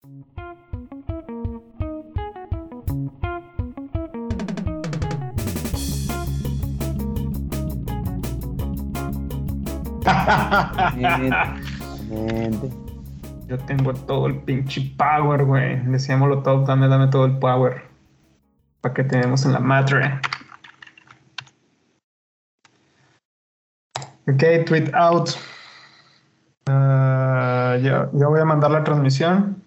Exactamente. Yo tengo todo el pinche power, güey. Decíamoslo todo, dame todo el power. Para que tenemos en la madre. Ok, tweet out. Ya voy a mandar la transmisión.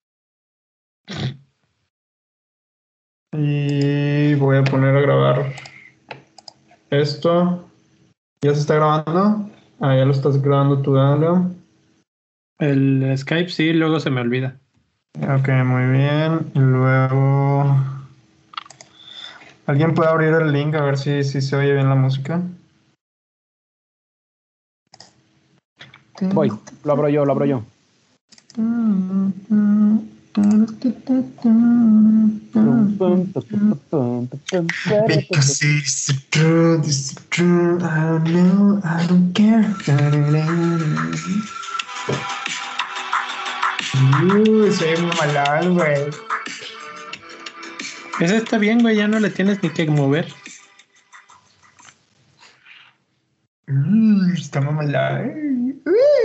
Y voy a poner a grabar esto. ¿Ya se está grabando? Ah, ya lo estás grabando tú, Leo. El Skype sí, luego se me olvida. Ok, muy bien. Y luego... ¿Alguien puede abrir el link a ver si se oye bien la música? Voy, lo abro yo. Because it's the truth, I don't know, I don't care. Soy muy malón, güey. Ese está bien, güey, ya no le tienes ni que mover. Está muy malón.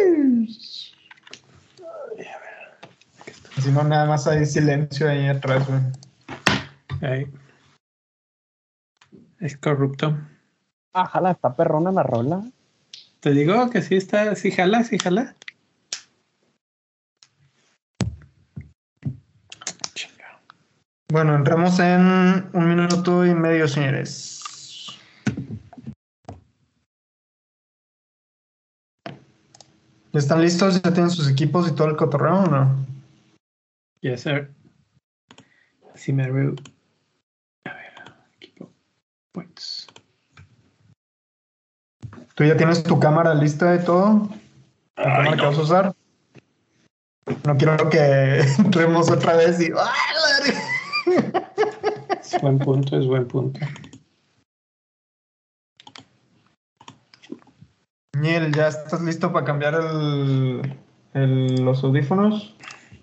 Si no, nada más hay silencio ahí atrás, güey. Ahí. Es corrupto. Jala, está perrona la rola. Te digo que sí está, sí jala. Chinga. Bueno, entramos en 1 minuto y medio, señores. ¿Ya están listos? ¿Ya tienen sus equipos y todo el cotorreo o no? Yes, sir. Sí me veo. A ver, equipo. Points. ¿Tú ya tienes tu cámara lista y todo? ¿La cámara que vas a usar? No quiero que entremos otra vez y... Es buen punto. Niel, ¿ya estás listo para cambiar los audífonos?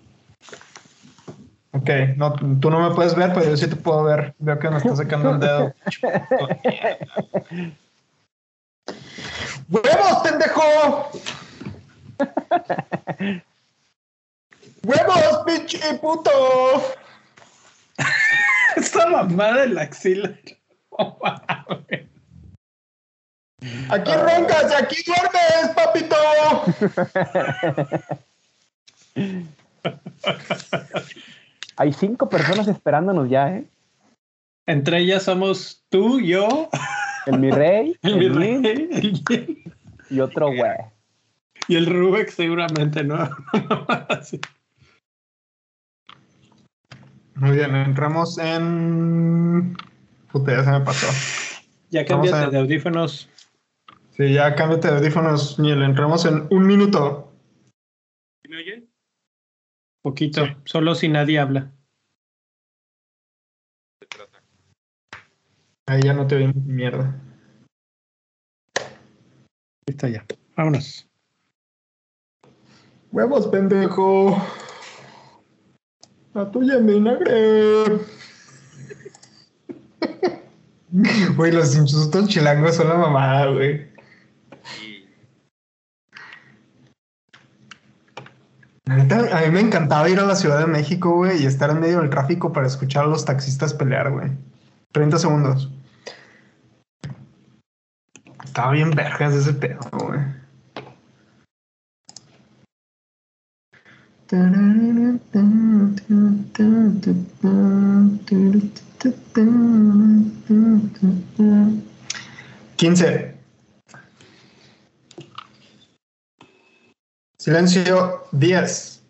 Ok, no, tú no me puedes ver, pero yo sí te puedo ver. Veo que me está sacando el dedo. ¡Huevos, pendejo! ¡Huevos, pinche puto! Esta mamada de la axila. Aquí roncas y aquí duermes, papito. Hay 5 personas esperándonos ya, ¿eh? Entre ellas somos tú, yo, El mi rey, el Nin virrey, el Jay y otro güey. y el Rubek seguramente, ¿no? Sí. Muy bien, entramos en... Puta, ya se me pasó. Ya Vamos cámbiate a- de audífonos. Sí, ya cámbiate de audífonos, Niel. Entramos en 1 minuto. ¿Me oye? Poquito, Sí. solo si nadie habla. Ahí ya no te oímos ni mierda. Ahí está ya. Vámonos. ¡Huevos, pendejo! ¡La tuya en vinagre! Güey, los insultos chilangos son la mamada, güey. La neta, a mí me encantaba ir a la Ciudad de México, güey, y estar en medio del tráfico para escuchar a los taxistas pelear, güey. 30 segundos. Estaba bien vergas ese pedo, güey. ¡15! Silencio. 10.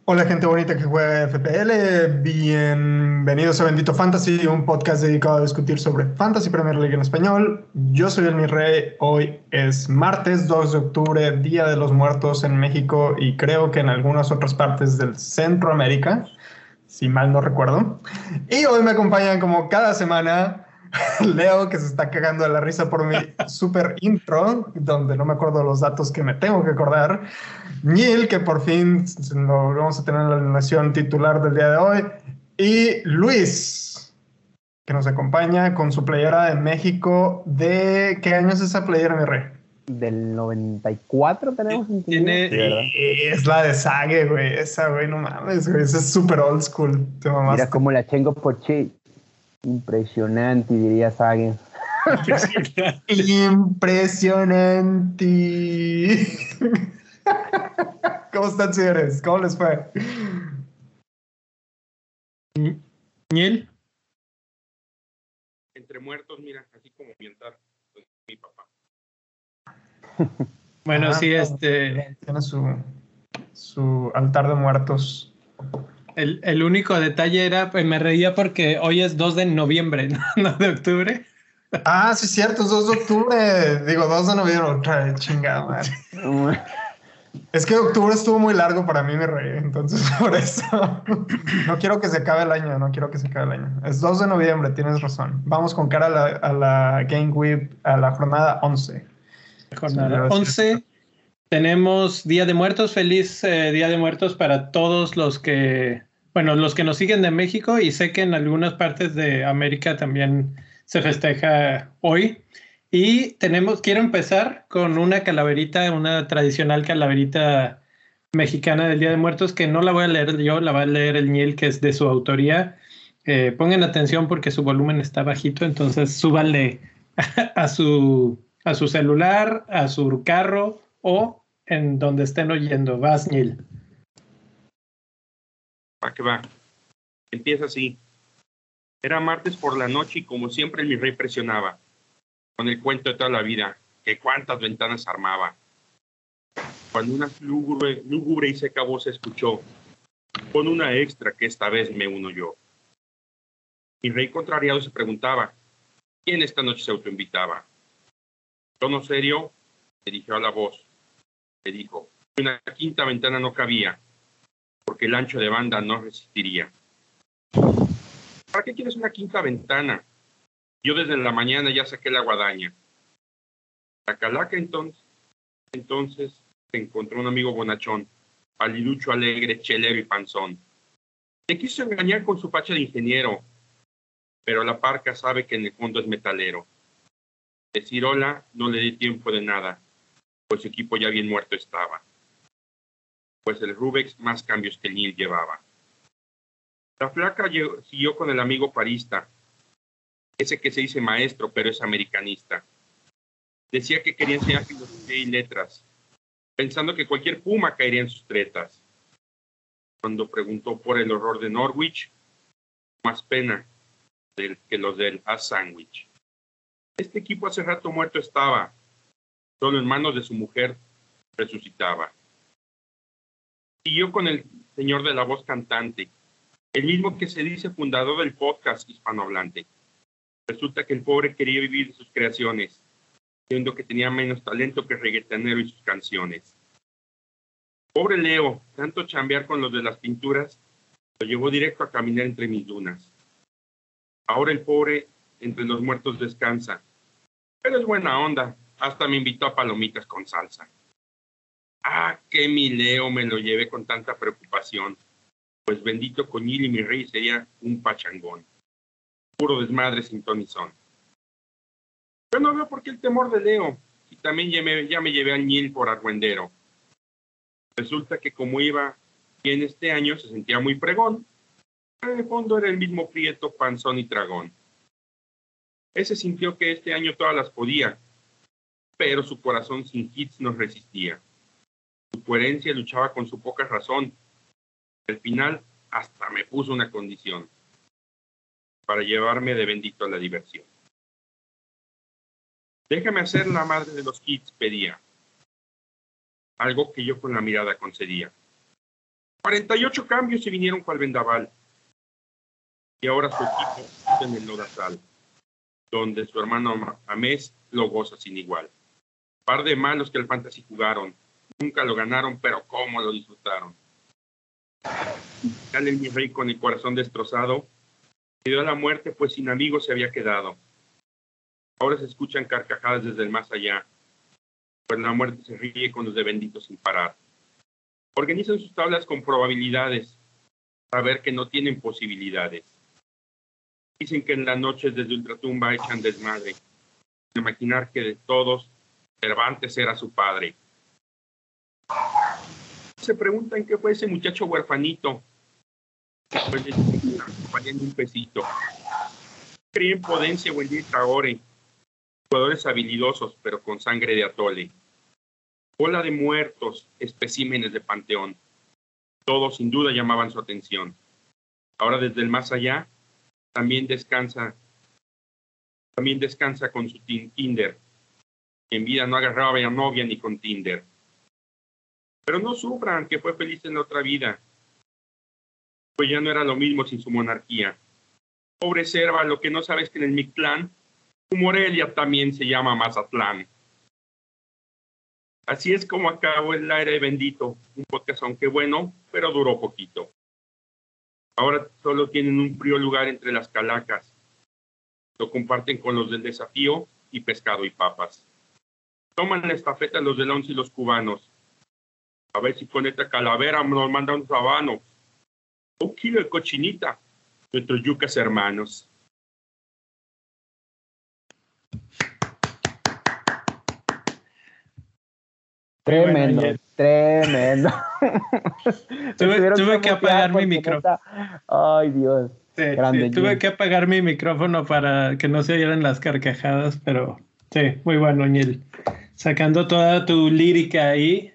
Hola gente bonita que juega FPL, bienvenidos a Bendito Fantasy, un podcast dedicado a discutir sobre Fantasy Premier League en español. Yo soy el Mi Rey, hoy es martes 2 de octubre, Día de los Muertos en México y creo que en algunas otras partes del Centroamérica, si mal no recuerdo. Y hoy me acompañan como cada semana Leo, que se está cagando de la risa por mi super intro, donde no me acuerdo los datos que me tengo que acordar. Neil, que por fin lo vamos a tener en la alineación titular del día de hoy. Y Luis, que nos acompaña con su playera de México. ¿De qué año es esa playera, mi rey? Del 94 tenemos un Tiene... Es la de Sage, güey. Esa, güey, no mames, güey. Esa es súper old school. Te mamaste. Mira cómo la chengo por Che. Impresionante, diría Sagen. Impresionante. ¿Cómo están, señores? ¿Cómo les fue? ¿Niel? Entre muertos, mira, así como mientras mi papá. Bueno, sí, Tiene su altar de muertos. el único detalle era, pues me reía porque hoy es 2 de noviembre, no de octubre. Ah, sí, es cierto, es 2 de octubre. Digo, 2 de noviembre, otra vez, chingada madre. Es que octubre estuvo muy largo para mí, mi rey, entonces por eso no quiero que se acabe el año, Es 2 de noviembre, tienes razón. Vamos con cara a la Game Week, a la jornada 11. Jornada 11. Tenemos Día de Muertos. Feliz Día de Muertos para todos los que nos siguen de México, y sé que en algunas partes de América también se festeja hoy. Y quiero empezar con una calaverita, una tradicional calaverita mexicana del Día de Muertos, que no la voy a leer yo, la va a leer el Niel, que es de su autoría. Pongan atención porque su volumen está bajito, entonces súbanle a su celular, a su carro o en donde estén oyendo. Vas, Niel. Va que va. Empieza así. Era martes por la noche y como siempre mi rey presionaba, con el cuento de toda la vida, que cuántas ventanas armaba. Cuando una lúgubre y seca voz se escuchó, con una extra que esta vez me uno yo. Mi rey contrariado se preguntaba, ¿quién esta noche se autoinvitaba? Tono serio, dirigió a la voz. Le dijo, una quinta ventana no cabía, porque el ancho de banda no resistiría. ¿Para qué quieres una quinta ventana? Yo desde la mañana ya saqué la guadaña. La calaca entonces se encontró un amigo bonachón, paliducho, alegre, chelero y panzón. Le quiso engañar con su facha de ingeniero, pero la parca sabe que en el fondo es metalero. Decir hola no le di tiempo de nada, pues su equipo ya bien muerto estaba. Pues el Rubex más cambios que el Nil llevaba. La flaca siguió con el amigo parista, ese que se dice maestro, pero es americanista. Decía que quería enseñar filosofía y letras, pensando que cualquier puma caería en sus tretas. Cuando preguntó por el horror de Norwich, más pena que los del A Sandwich. Este equipo hace rato muerto estaba, solo en manos de su mujer resucitaba. Siguió con el señor de la voz cantante, el mismo que se dice fundador del podcast hispanohablante. Resulta que el pobre quería vivir de sus creaciones, siendo que tenía menos talento que reggaetonero y sus canciones. Pobre Leo, tanto chambear con los de las pinturas, lo llevó directo a caminar entre mis dunas. Ahora el pobre entre los muertos descansa, pero es buena onda, hasta me invitó a palomitas con salsa. Ah, que mi Leo me lo llevé con tanta preocupación, pues bendito Coñil y mi rey sería un pachangón. Puro desmadre sin ton y son. Yo no veo por qué el temor de Leo, y también ya me llevé al Nil por argüendero. Resulta que como iba bien este año se sentía muy pregón, pero en el fondo era el mismo prieto, panzón y tragón. Ese sintió que este año todas las podía, pero su corazón sin hits no resistía. Su coherencia luchaba con su poca razón. Al final hasta me puso una condición, para llevarme de bendito a la diversión. Déjame hacer la madre de los hits, pedía. Algo que yo con la mirada concedía. 48 cambios se vinieron cual vendaval. Y ahora su equipo está en el lodazal, donde su hermano Amés lo goza sin igual. Par de malos que el fantasy jugaron, nunca lo ganaron, pero cómo lo disfrutaron. Dale mi rey con el corazón destrozado, se dio a la muerte, pues sin amigos se había quedado. Ahora se escuchan carcajadas desde el más allá, pues la muerte se ríe con los de benditos sin parar. Organizan sus tablas con probabilidades, saber que no tienen posibilidades. Dicen que en las noches desde ultratumba echan desmadre, sin imaginar que de todos Cervantes era su padre. Se preguntan qué fue ese muchacho huerfanito, después de valiendo un pesito. Creía en Podencia o en Luis Traore, jugadores habilidosos pero con sangre de atole. Bola de muertos, especímenes de panteón. Todos sin duda llamaban su atención. Ahora desde el más allá, también descansa con su Tinder. En vida no agarraba a novia ni con Tinder. Pero no sufran, que fue feliz en la otra vida, pues ya no era lo mismo sin su monarquía. Pobre Serva, lo que no sabes que en el Mictlán, su Morelia también se llama Mazatlán. Así es como acabó el aire bendito, un podcast aunque bueno, pero duró poquito. Ahora solo tienen un frío lugar entre las calacas. Lo comparten con los del desafío y pescado y papas. Toman la estafeta los del 11 y los cubanos. A ver si con esta calavera nos mandan un rabano. Un kilo de cochinita, nuestros yucas hermanos. Tremendo, tremendo. Tuve que apagar mi micrófono. Ay, Dios. Sí, tuve que apagar mi micrófono para que no se oyeran las carcajadas, pero sí, muy bueno, Ñil. Sacando toda tu lírica ahí,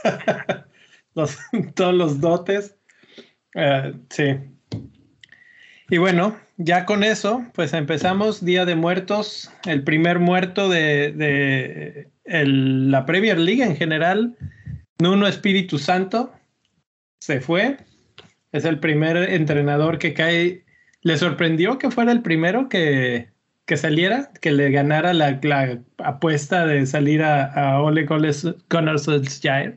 todos los dotes. Sí. Y bueno, ya con eso, pues empezamos Día de Muertos, el primer muerto de la Premier League en general. Nuno Espíritu Santo se fue. Es el primer entrenador que cae. ¿Le sorprendió que fuera el primero que saliera? Que le ganara la apuesta de salir a Ole Gunnar Solskjaer.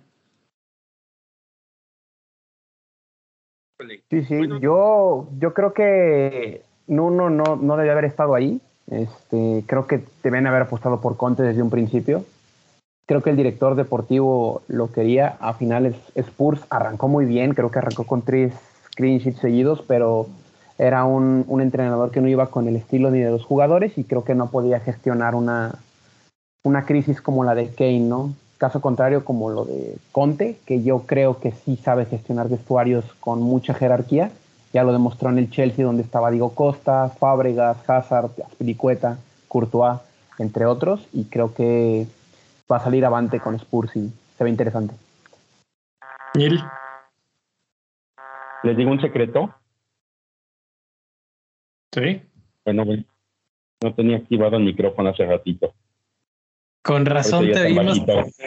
Sí, bueno, yo creo que Nuno no debía haber estado ahí. Creo que deben haber apostado por Conte desde un principio. Creo que el director deportivo lo quería. A finales Spurs arrancó muy bien, creo que arrancó con 3 clean sheets seguidos, pero era un entrenador que no iba con el estilo ni de los jugadores y creo que no podía gestionar una crisis como la de Kane, ¿no? Caso contrario como lo de Conte, que yo creo que sí sabe gestionar vestuarios con mucha jerarquía. Ya lo demostró en el Chelsea, donde estaba Diego Costa, Fábregas, Hazard, Azpilicueta, Courtois, entre otros, y creo que va a salir avante con Spurs y se ve interesante. ¿Nil? ¿Les digo un secreto? Sí. Bueno, no tenía activado el micrófono hace ratito. Con razón te vimos.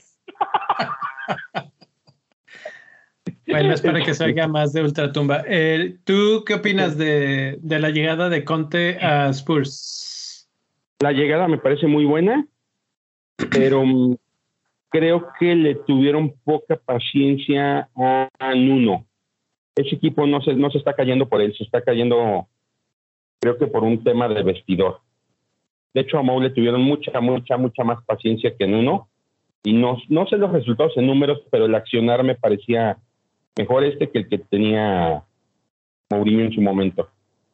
Bueno, es para que se oiga más de Ultratumba. ¿Tú qué opinas de la llegada de Conte a Spurs? La llegada me parece muy buena, pero creo que le tuvieron poca paciencia a Nuno. Ese equipo no se está cayendo por él, se está cayendo, creo que por un tema de vestidor. De hecho, a Mou le tuvieron mucha más paciencia que en Nuno. Y no sé los resultados en números, pero el accionar me parecía mejor que el que tenía Mourinho en su momento.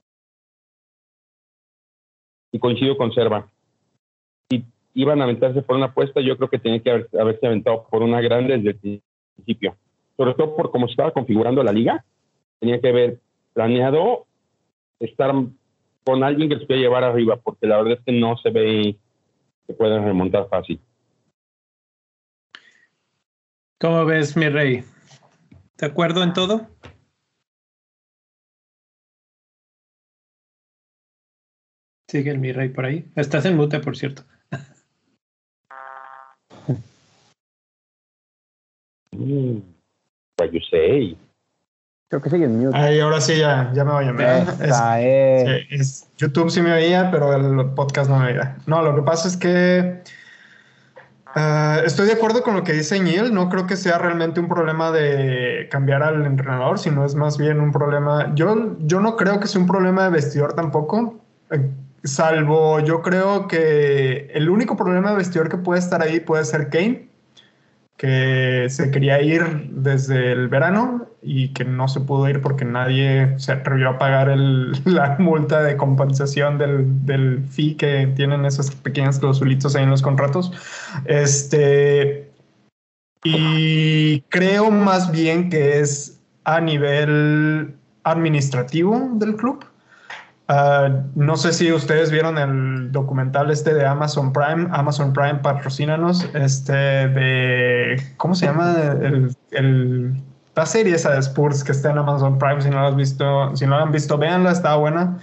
Y coincido con Serva. Si iban a aventarse por una apuesta, yo creo que tenían que haberse aventado por una grande desde el principio. Sobre todo por cómo se estaba configurando la liga. Tenía que haber planeado estar con alguien que los pueda llevar arriba, porque la verdad es que no se ve que puedan remontar fácil. ¿Cómo ves, mi rey? ¿De acuerdo en todo? Sigue el mi rey por ahí. Estás en mute, por cierto. What you say? Creo que sigue en mute. Ahí, ahora sí, ya me oyen. YouTube sí me oía, pero el podcast no me oía. No, lo que pasa es que estoy de acuerdo con lo que dice Neil. No creo que sea realmente un problema de cambiar al entrenador, sino es más bien un problema. Yo no creo que sea un problema de vestidor tampoco. Salvo, yo creo que el único problema de vestidor que puede estar ahí puede ser Kane, que se quería ir desde el verano y que no se pudo ir porque nadie se atrevió a pagar la multa de compensación del fee que tienen esas pequeñas clausulitas ahí en los contratos. Y creo más bien que es a nivel administrativo del club. No sé si ustedes vieron el documental de Amazon Prime, patrocínanos, de, ¿cómo se llama? La serie esa de Spurs que está en Amazon Prime, si no la han visto, véanla, está buena.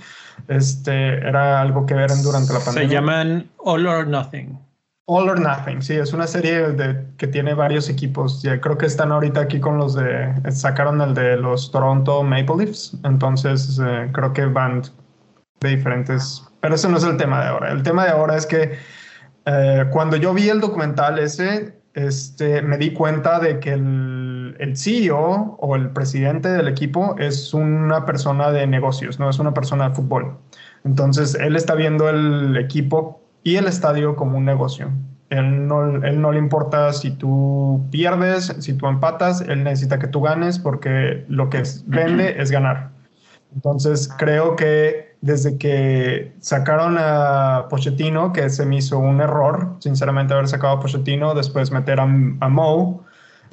Era algo que ver durante la pandemia. Se llaman All or Nothing. All or Nothing, sí, es una serie que tiene varios equipos. Ya creo que están ahorita aquí con sacaron el de los Toronto Maple Leafs, entonces creo que van de diferentes, pero ese no es el tema de ahora. El tema de ahora es que cuando yo vi el documental me di cuenta de que el CEO o el presidente del equipo es una persona de negocios, no es una persona de fútbol. Entonces él está viendo el equipo y el estadio como un negocio. Él no le importa si tú pierdes, si tú empatas, él necesita que tú ganes porque lo que vende es ganar. Entonces creo que desde que sacaron a Pochettino, que se me hizo un error, sinceramente, haber sacado a Pochettino, después meter a Mo,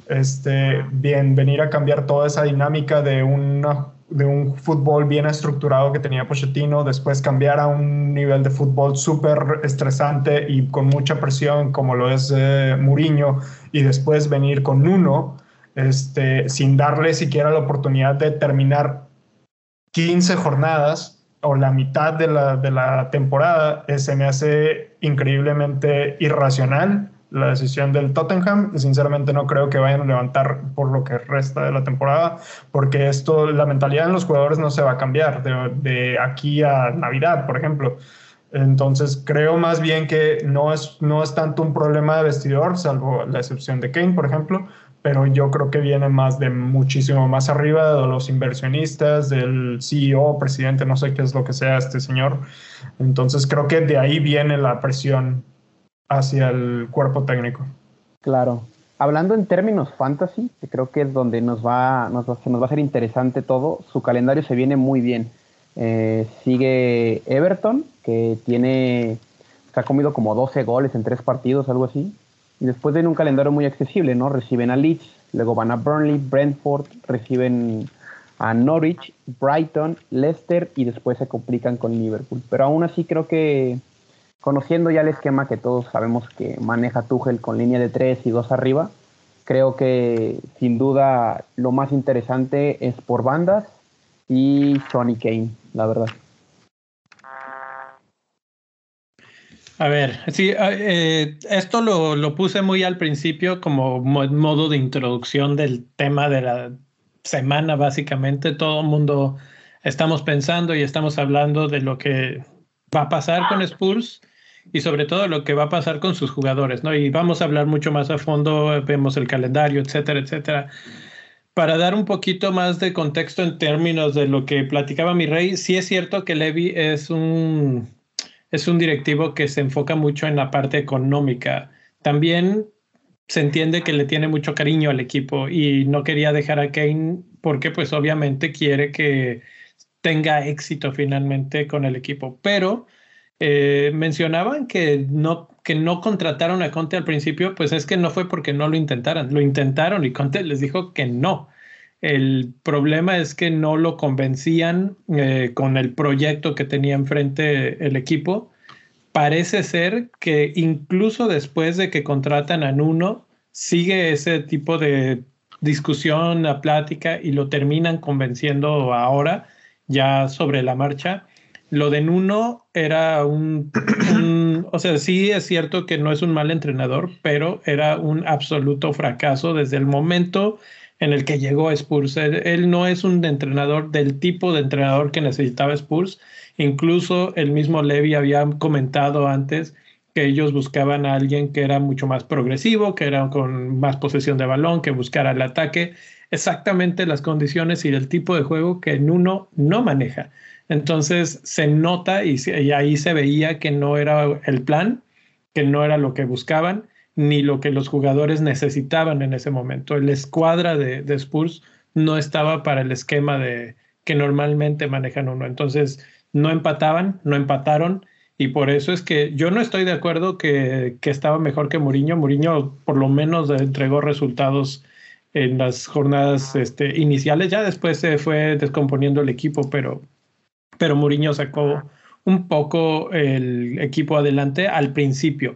venir a cambiar toda esa dinámica de un fútbol bien estructurado que tenía Pochettino, después cambiar a un nivel de fútbol súper estresante y con mucha presión como lo es Mourinho, y después venir con Nuno, sin darle siquiera la oportunidad de terminar 15 jornadas o la mitad de la temporada. Se me hace increíblemente irracional la decisión del Tottenham. Sinceramente no creo que vayan a levantar por lo que resta de la temporada, porque la mentalidad en los jugadores no se va a cambiar de aquí a Navidad, por ejemplo. Entonces creo más bien que no es tanto un problema de vestidor, salvo la excepción de Kane, por ejemplo, pero yo creo que viene muchísimo más arriba de los inversionistas, del CEO, presidente, no sé qué es lo que sea este señor. Entonces creo que de ahí viene la presión hacia el cuerpo técnico. Claro. Hablando en términos fantasy, que creo que es donde se nos va a hacer interesante todo, su calendario se viene muy bien. Sigue Everton, que se ha comido como 12 goles en 3 partidos, algo así. Y después viene un calendario muy accesible, ¿no? Reciben a Leeds, luego van a Burnley, Brentford, reciben a Norwich, Brighton, Leicester y después se complican con Liverpool. Pero aún así creo que, conociendo ya el esquema que todos sabemos que maneja Tuchel con línea de 3 y 2 arriba, creo que sin duda lo más interesante es por bandas y Son y Kane, la verdad. A ver, sí, esto lo puse muy al principio como modo de introducción del tema de la semana, básicamente. Todo el mundo estamos pensando y estamos hablando de lo que va a pasar con Spurs y sobre todo lo que va a pasar con sus jugadores, ¿no? Y vamos a hablar mucho más a fondo, vemos el calendario, etcétera, etcétera. Para dar un poquito más de contexto en términos de lo que platicaba mi rey, sí es cierto que Levy es un directivo que se enfoca mucho en la parte económica. También se entiende que le tiene mucho cariño al equipo y no quería dejar a Kane porque pues obviamente quiere que tenga éxito finalmente con el equipo. Pero mencionaban que no contrataron a Conte al principio, pues es que no fue porque no lo intentaran. Lo intentaron y Conte les dijo que no. El problema es que no lo convencían con el proyecto que tenía enfrente el equipo. Parece ser que incluso después de que contratan a Nuno, sigue ese tipo de discusión, la plática, y lo terminan convenciendo ahora, ya sobre la marcha. Lo de Nuno era o sea, sí es cierto que no es un mal entrenador, pero era un absoluto fracaso desde el momento en el que llegó Spurs. Él no es un entrenador del tipo de entrenador que necesitaba Spurs. Incluso el mismo Levy había comentado antes que ellos buscaban a alguien que era mucho más progresivo, que era con más posesión de balón, que buscara el ataque, exactamente las condiciones y el tipo de juego que Nuno no maneja. Entonces se nota y ahí se veía que no era el plan, que no era lo que buscaban, ni lo que los jugadores necesitaban en ese momento. El escuadra de Spurs no estaba para el esquema que normalmente manejan uno. Entonces no empataban, no empataron, y por eso es que yo no estoy de acuerdo que estaba mejor que Mourinho. Mourinho por lo menos entregó resultados en las jornadas iniciales. Ya después se fue descomponiendo el equipo, pero Mourinho sacó un poco el equipo adelante al principio.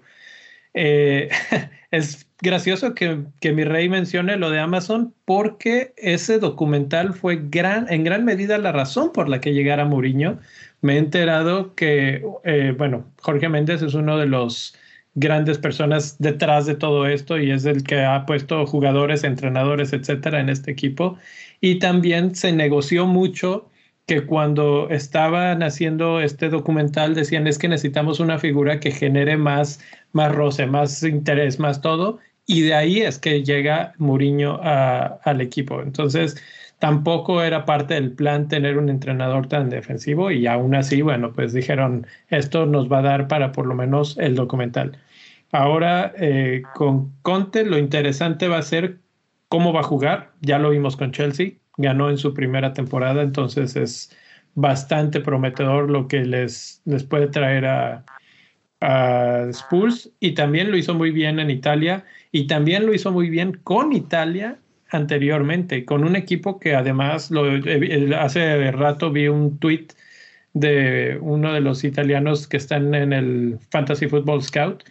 Es gracioso que mi rey mencione lo de Amazon, porque ese documental fue en gran medida la razón por la que llegara Mourinho. Me he enterado que, Jorge Méndez es uno de los grandes personas detrás de todo esto y es el que ha puesto jugadores, entrenadores, etcétera, en este equipo. Y también se negoció mucho que cuando estaban haciendo este documental decían es que necesitamos una figura que genere más roce, más interés, más todo, y de ahí es que llega Mourinho al equipo. Entonces tampoco era parte del plan tener un entrenador tan defensivo, y aún así, bueno, pues dijeron esto nos va a dar para por lo menos el documental. Ahora con Conte lo interesante va a ser cómo va a jugar. Ya lo vimos con Chelsea, ganó en su primera temporada, entonces es bastante prometedor lo que les puede traer a Spurs, y también lo hizo muy bien en Italia, y también lo hizo muy bien con Italia anteriormente, con un equipo que además hace rato vi un tweet de uno de los italianos que están en el Fantasy Football Scout,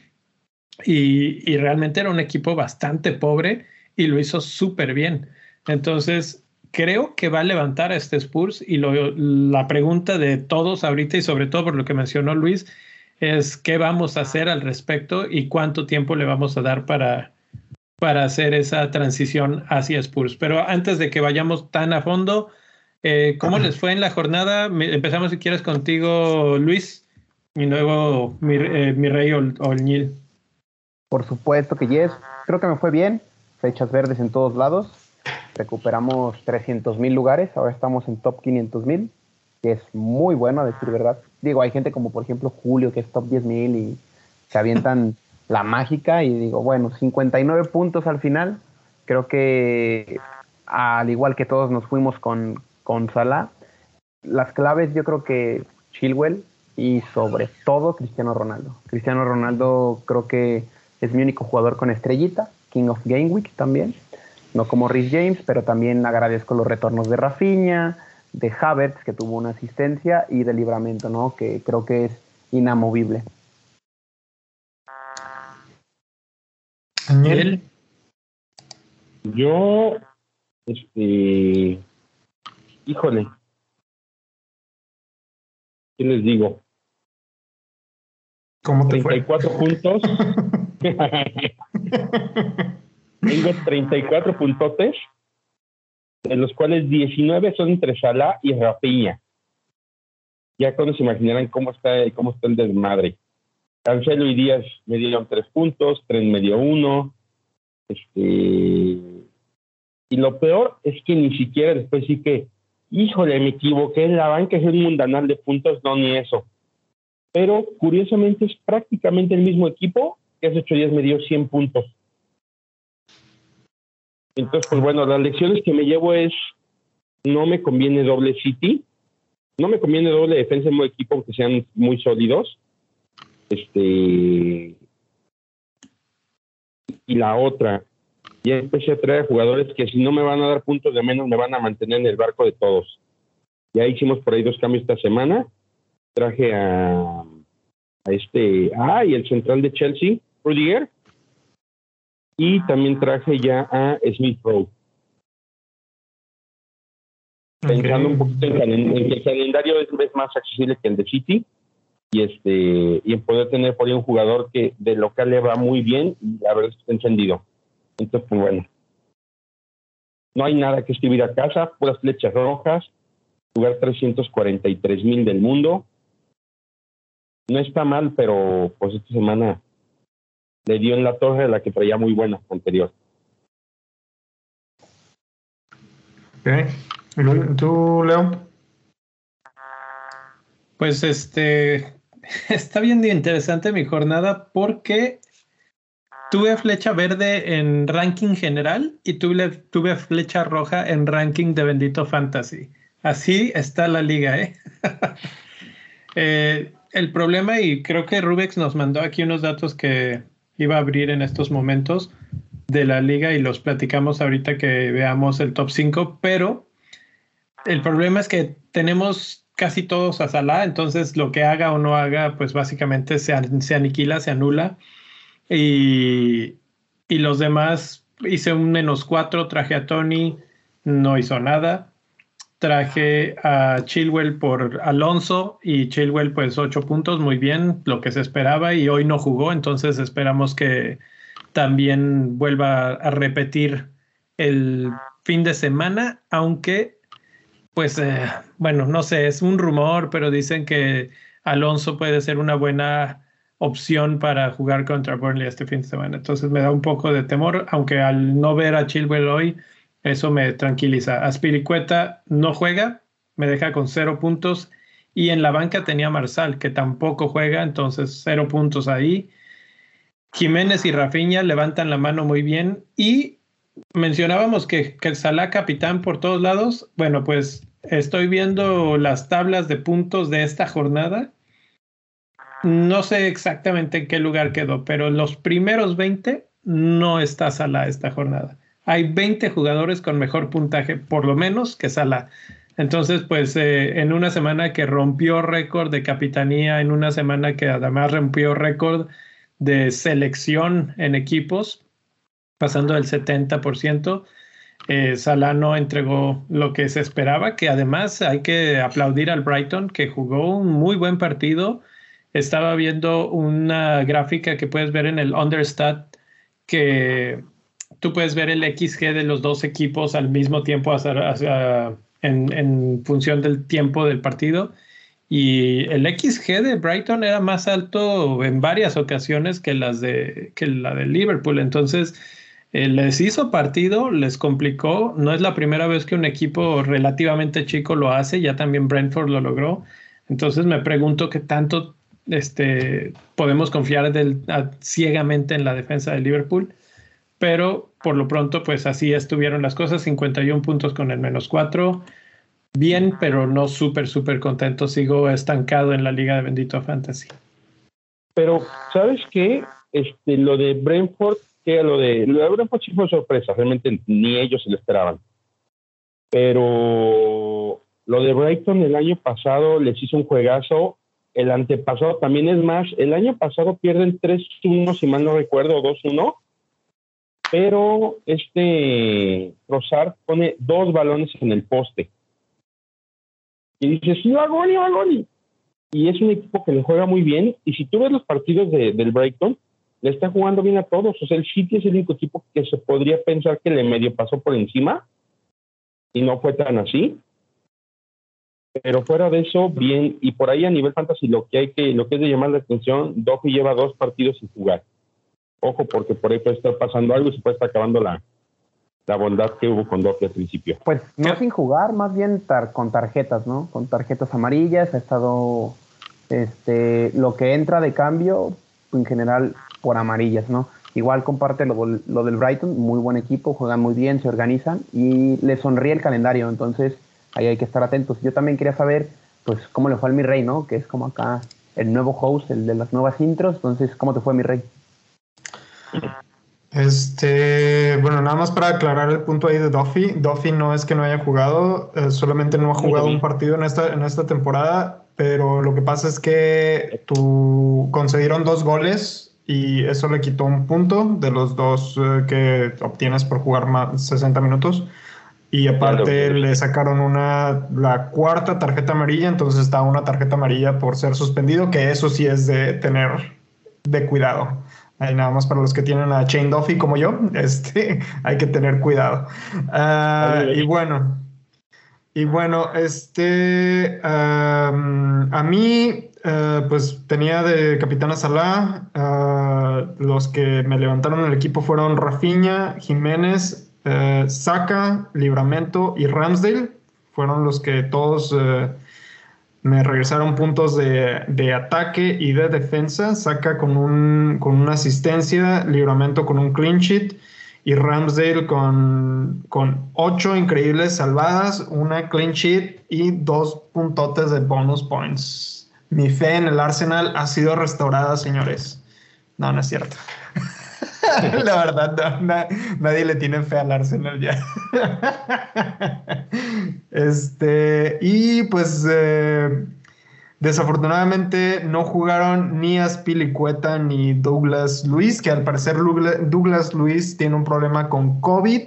y realmente era un equipo bastante pobre y lo hizo súper bien. Entonces creo que va a levantar a este Spurs, y la pregunta de todos ahorita, y sobre todo por lo que mencionó Luis, es qué vamos a hacer al respecto y cuánto tiempo le vamos a dar para hacer esa transición hacia Spurs. Pero antes de que vayamos tan a fondo, ¿cómo les fue en la jornada? Empezamos si quieres contigo, Luis, y luego mi rey Oñil. Por supuesto que yes. Creo que me fue bien. Fechas verdes en todos lados. Recuperamos 300,000 lugares. Ahora estamos en top 500,000, que es muy bueno, a decir verdad. Digo, hay gente como por ejemplo Julio, que es top 10,000 y se avientan la mágica, y digo, bueno, 59 puntos al final. Creo que al igual que todos nos fuimos con Salah. Las claves, yo creo que Chilwell y sobre todo Cristiano Ronaldo. Cristiano Ronaldo creo que es mi único jugador con estrellita, King of Game Week también, no como Reece James, pero también agradezco los retornos de Rafinha, de Havertz, que tuvo una asistencia, y de Livramento, ¿no? Que creo que es inamovible. Daniel. Yo, híjole, ¿qué les digo? ¿Cómo te 34 fue? puntos. Tengo 34 puntotes, de los cuales 19 son entre Salah y Rafinha. Ya cuando se imaginarán cómo está el desmadre. Cancelo y Díaz me dieron 3 puntos, Trent me dio 1. Y lo peor es que ni siquiera después sí que, híjole, me equivoqué en la banca, es un mundanal de puntos, no, ni eso. Pero curiosamente es prácticamente el mismo equipo que hace 8 días me dio 100 puntos. Entonces, pues bueno, las lecciones que me llevo es, no me conviene doble City, no me conviene doble defensa en un equipo aunque sean muy sólidos. Y la otra, ya empecé a traer jugadores que si no me van a dar puntos de menos, me van a mantener en el barco de todos. Ya hicimos por ahí 2 cambios esta semana. Traje y el central de Chelsea, Rudiger, y también traje ya a Smith Rowe. Pensando un poquito en que el calendario es más accesible que el de City, y en poder tener por ahí un jugador que de local le va muy bien y la verdad está encendido. Entonces, pues bueno. No hay nada que escribir a casa, puras flechas rojas, lugar 343,000 del mundo. No está mal, pero pues esta semana le dio en la torre a la que traía muy buena anterior. Okay. ¿Tú, Leo? Pues está bien interesante mi jornada porque tuve flecha verde en ranking general y tuve flecha roja en ranking de Bendito Fantasy. Así está la liga, ¿eh? El problema, y creo que Rubex nos mandó aquí unos datos que iba a abrir en estos momentos de la liga y los platicamos ahorita que veamos el top 5, pero el problema es que tenemos casi todos a Salah, entonces lo que haga o no haga, pues básicamente se aniquila, se anula. Y los demás, hice un -4, traje a Tony, no hizo nada. Traje a Chilwell por Alonso y Chilwell pues 8 puntos, muy bien, lo que se esperaba, y hoy no jugó, entonces esperamos que también vuelva a repetir el fin de semana, aunque pues bueno, no sé, es un rumor, pero dicen que Alonso puede ser una buena opción para jugar contra Burnley este fin de semana, entonces me da un poco de temor, aunque al no ver a Chilwell hoy, eso me tranquiliza. Azpilicueta no juega, me deja con 0 puntos, y en la banca tenía Marsal, que tampoco juega, entonces 0 puntos ahí. Jiménez y Rafinha levantan la mano muy bien, y mencionábamos que el Salah capitán por todos lados. Bueno, pues estoy viendo las tablas de puntos de esta jornada. No sé exactamente en qué lugar quedó, pero en los primeros 20 no está Salah esta jornada. Hay 20 jugadores con mejor puntaje, por lo menos, que Salah. Entonces, pues en una semana que rompió récord de capitanía, en una semana que además rompió récord de selección en equipos, pasando del 70%, Salah no entregó lo que se esperaba, que además hay que aplaudir al Brighton, que jugó un muy buen partido. Estaba viendo una gráfica que puedes ver en el Understat, que tú puedes ver el XG de los dos equipos al mismo tiempo en función del tiempo del partido, y el XG de Brighton era más alto en varias ocasiones que la de Liverpool. Entonces les hizo partido, les complicó. No es la primera vez que un equipo relativamente chico lo hace, ya también Brentford lo logró. Entonces me pregunto qué tanto podemos confiar ciegamente en la defensa de Liverpool. Pero por lo pronto, pues así estuvieron las cosas, 51 puntos con el -4. Bien, pero no súper contento. Sigo estancado en la liga de Bendito Fantasy. Pero, ¿sabes qué? Lo de Brentford, lo de Brentford sí fue sorpresa, realmente ni ellos se lo esperaban. Pero lo de Brighton el año pasado les hizo un juegazo, el antepasado también. Es más, el año pasado pierden 3-1, si mal no recuerdo, 2-1. Pero Trossard pone 2 balones en el poste. Y dices, sí, va gol. Y es un equipo que le juega muy bien. Y si tú ves los partidos del Brighton, le está jugando bien a todos. O sea, el City es el único equipo que se podría pensar que le medio pasó por encima. Y no fue tan así. Pero fuera de eso, bien. Y por ahí a nivel fantasy, lo que es de llamar la atención, Duffy lleva 2 partidos sin jugar. Ojo, porque por ahí puede estar pasando algo y se puede estar acabando la bondad que hubo con Duffy al principio. Pues no sin jugar, más bien con tarjetas, ¿no? Con tarjetas amarillas. Ha estado lo que entra de cambio, en general, por amarillas, ¿no? Igual comparte lo del Brighton, muy buen equipo, juegan muy bien, se organizan y le sonríe el calendario, entonces ahí hay que estar atentos. Yo también quería saber, pues, cómo le fue al Mi Rey, ¿no? Que es como acá el nuevo host, el de las nuevas intros. Entonces, ¿cómo te fue, Mi Rey? Bueno, nada más para aclarar el punto ahí de Duffy. Duffy no es que no haya jugado, solamente no ha jugado un partido en esta temporada, pero lo que pasa es que concedieron 2 goles y eso le quitó 1 punto de los 2 que obtienes por jugar más 60 minutos. Y aparte le sacaron la 4ª tarjeta amarilla, entonces está una tarjeta amarilla por ser suspendido, que eso sí es de tener de cuidado. Ahí nada más para los que tienen a Shane Duffy como yo, hay que tener cuidado. Y bueno, a mí, pues tenía de capitán a Salah. Los que me levantaron el equipo fueron Rafinha, Jiménez, Saka, Livramento y Ramsdale. Fueron los que todos me regresaron puntos de ataque y de defensa. Saka con una asistencia, Livramento con un clean sheet y Ramsdale con 8 increíbles salvadas, una clean sheet y 2 puntotes de bonus points. Mi fe en el Arsenal ha sido restaurada, señores. No es cierto. La verdad, nadie le tiene fe al Arsenal ya. Y pues desafortunadamente no jugaron ni Azpilicueta ni Douglas Luiz, que al parecer Douglas Luiz tiene un problema con COVID.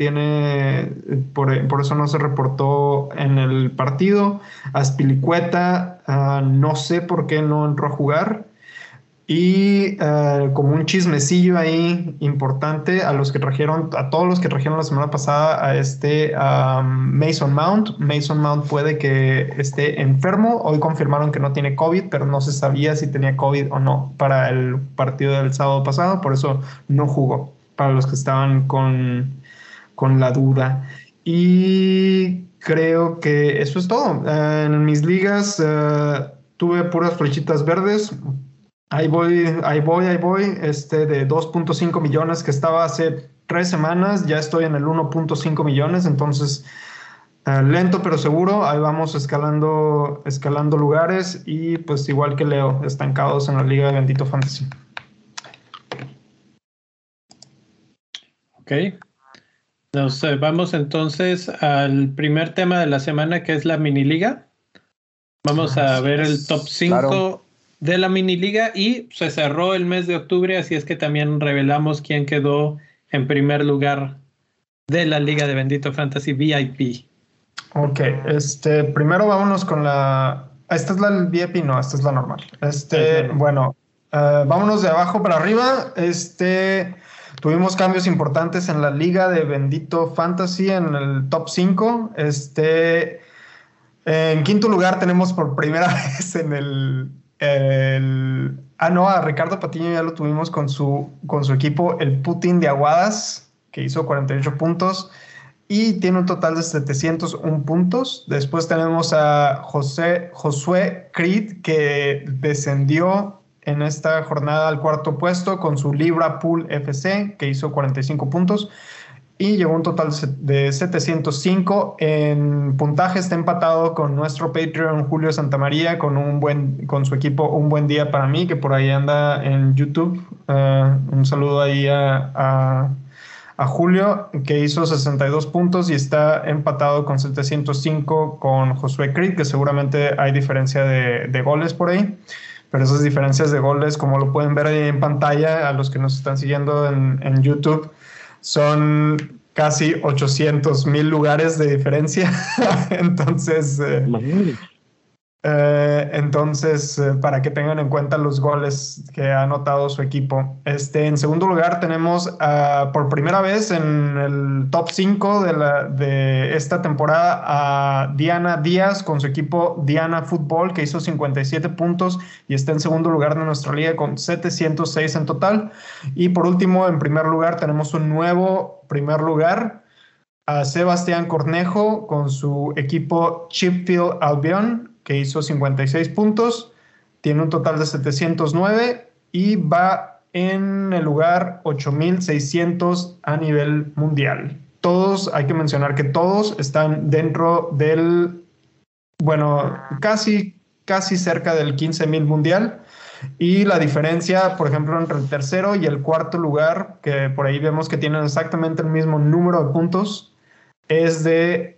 Por eso no se reportó en el partido. Azpilicueta, no sé por qué no entró a jugar. Y como un chismecillo ahí importante, a todos los que trajeron la semana pasada a Mason Mount. Mason Mount puede que esté enfermo. Hoy confirmaron que no tiene COVID, pero no se sabía si tenía COVID o no para el partido del sábado pasado, por eso no jugó, para los que estaban con la duda. Y creo que eso es todo. En mis ligas tuve puras flechitas verdes. Ahí voy, de 2.5 millones que estaba hace 3 semanas, ya estoy en el 1.5 millones, entonces lento pero seguro, ahí vamos escalando lugares y pues igual que Leo, estancados en la Liga de Bendito Fantasy. Ok, nos vamos entonces al primer tema de la semana, que es la mini liga. Vamos a ver el top 5. Claro, de la mini liga, y se cerró el mes de octubre, así es que también revelamos quién quedó en primer lugar de la Liga de Bendito Fantasy VIP. Ok, primero vámonos con la... ¿Esta es la VIP? No, esta es la normal. Bueno, vámonos de abajo para arriba. Tuvimos cambios importantes en la Liga de Bendito Fantasy en el top 5. En quinto lugar tenemos por primera vez a Ricardo Patiño ya lo tuvimos con su equipo, el Putin de Aguadas, que hizo 48 puntos y tiene un total de 701 puntos. Después tenemos a Josué Creed, que descendió en esta jornada al cuarto puesto con su Liverpool FC, que hizo 45 puntos y llegó a un total de 705. En puntaje está empatado con nuestro Patreon Julio Santamaría, con su equipo Un Buen Día Para Mí, que por ahí anda en YouTube. Un saludo ahí a Julio, que hizo 62 puntos y está empatado con 705 con Josué Creed, que seguramente hay diferencia de goles por ahí. Pero esas diferencias de goles, como lo pueden ver ahí en pantalla, a los que nos están siguiendo en YouTube, son casi 800,000 lugares de diferencia. Entonces, para que tengan en cuenta los goles que ha anotado su equipo. En segundo lugar tenemos por primera vez en el top 5 de esta temporada a Diana Díaz con su equipo Diana Fútbol, que hizo 57 puntos y está en segundo lugar de nuestra liga con 706 en total. Y por último, en primer lugar tenemos un nuevo primer lugar a Sebastián Cornejo con su equipo Sheffield Albion, que hizo 56 puntos, tiene un total de 709 y va en el lugar 8,600 a nivel mundial. Todos, hay que mencionar que todos están dentro del, casi cerca del 15,000 mundial. Y la diferencia, por ejemplo, entre el tercero y el cuarto lugar, que por ahí vemos que tienen exactamente el mismo número de puntos, es de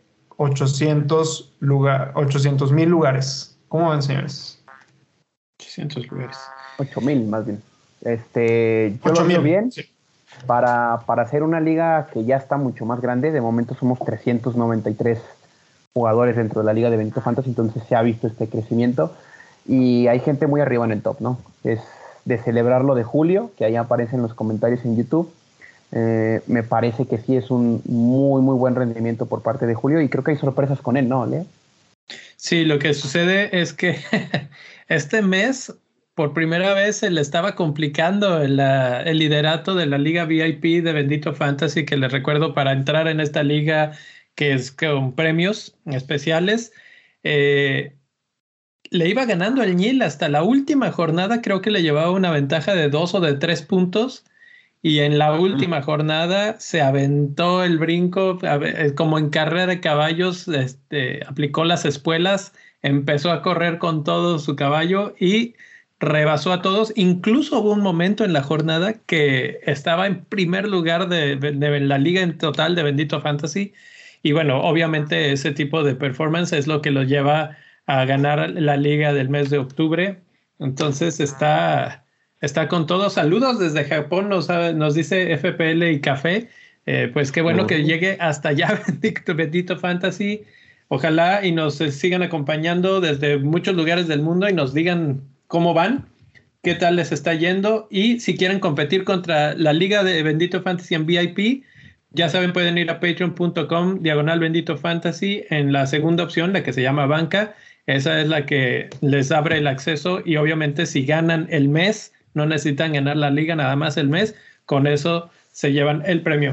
800,000 lugares. ¿Cómo ven, señores? 800 lugares. 8,000 más bien. Yo lo veo bien. Sí. Para hacer una liga que ya está mucho más grande, de momento somos 393 jugadores dentro de la liga de Bendito Fantasy, entonces se ha visto este crecimiento y hay gente muy arriba en el top, ¿no? de celebrar lo de Julio, que ahí aparece en los comentarios en YouTube. Me parece que sí es un muy, muy buen rendimiento por parte de Julio y creo que hay sorpresas con él, ¿no, Leo? Sí, lo que sucede es que este mes, por primera vez, se le estaba complicando el liderato de la Liga VIP de Bendito Fantasy, que les recuerdo, para entrar en esta liga que es con premios especiales, le iba ganando el Ñil hasta la última jornada, creo que le llevaba una ventaja de 2 o de 3 puntos. Y en la última jornada se aventó el brinco, como en carrera de caballos, aplicó las espuelas, empezó a correr con todo su caballo y rebasó a todos. Incluso hubo un momento en la jornada que estaba en primer lugar de la liga en total de Bendito Fantasy. Y bueno, obviamente ese tipo de performance es lo que lo lleva a ganar la liga del mes de octubre. Entonces está con todo. Saludos desde Japón, nos dice FPL y Café. Pues qué bueno que llegue hasta allá, Bendito Fantasy. Ojalá y nos sigan acompañando desde muchos lugares del mundo y nos digan cómo van, qué tal les está yendo. Y si quieren competir contra la Liga de Bendito Fantasy en VIP, ya saben, pueden ir a patreon.com/Bendito Fantasy en la segunda opción, la que se llama banca. Esa es la que les abre el acceso y obviamente si ganan el mes, no necesitan ganar la liga, nada más el mes, con eso se llevan el premio.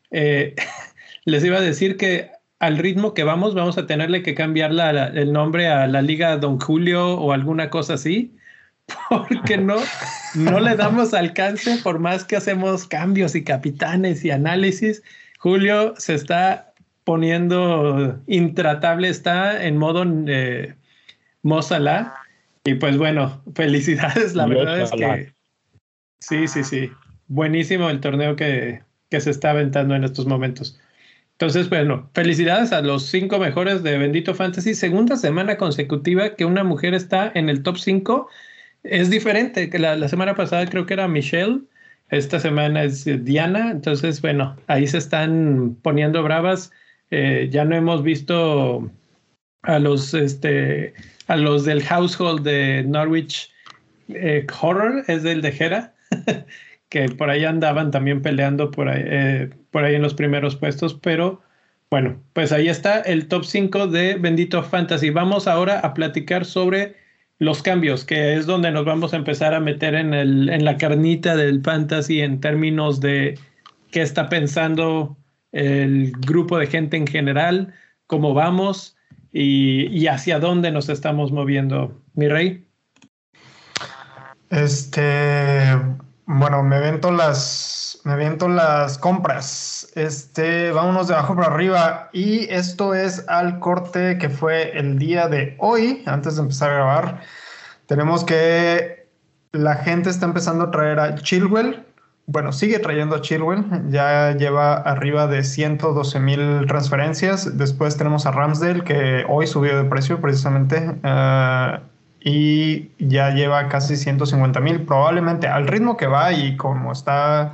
Les iba a decir que al ritmo que vamos a tenerle que cambiar el nombre a la Liga Don Julio o alguna cosa así, porque no le damos alcance por más que hacemos cambios y capitanes y análisis. Julio se está poniendo intratable, está en modo Mo Salah. Y pues bueno, felicidades, la verdad es que sí, buenísimo el torneo que se está aventando en estos momentos. Entonces, bueno, felicidades a los 5 mejores de Bendito Fantasy, segunda semana consecutiva que una mujer está en el top 5, es diferente, que la semana pasada creo que era Michelle, esta semana es Diana, entonces bueno, ahí se están poniendo bravas, ya no hemos visto a los del household de Norwich Horror, es del de Hera, que por ahí andaban también peleando por ahí en los primeros puestos, pero bueno, pues ahí está el top 5 de Bendito Fantasy. Vamos ahora a platicar sobre los cambios, que es donde nos vamos a empezar a meter en la carnita del fantasy en términos de qué está pensando el grupo de gente en general, cómo vamos y hacia dónde nos estamos moviendo. Mi rey. Bueno, me aviento las compras. Vámonos de abajo para arriba. Y esto es al corte que fue el día de hoy. Antes de empezar a grabar, tenemos que la gente está empezando a traer a Chilwell. Bueno, sigue trayendo a Chilwell. Ya lleva arriba de 112,000 transferencias. Después tenemos a Ramsdale, que hoy subió de precio precisamente. Y ya lleva casi 150,000, probablemente al ritmo que va y como está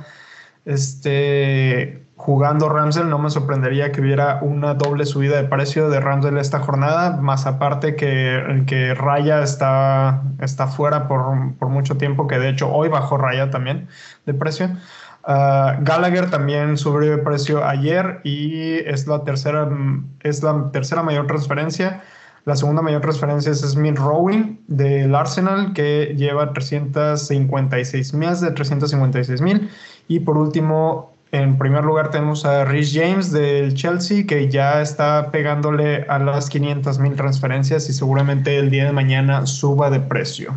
jugando Ramsdale, no me sorprendería que hubiera una doble subida de precio de Ramsdale esta jornada, más aparte que Raya está fuera por mucho tiempo, que de hecho hoy bajó Raya también de precio. Gallagher también subió de precio ayer y es la tercera mayor transferencia. La segunda mayor transferencia es Smith Rowe del Arsenal, que lleva 356,000. Y por último, en primer lugar tenemos a Reece James del Chelsea, que ya está pegándole a las 500,000 transferencias y seguramente el día de mañana suba de precio.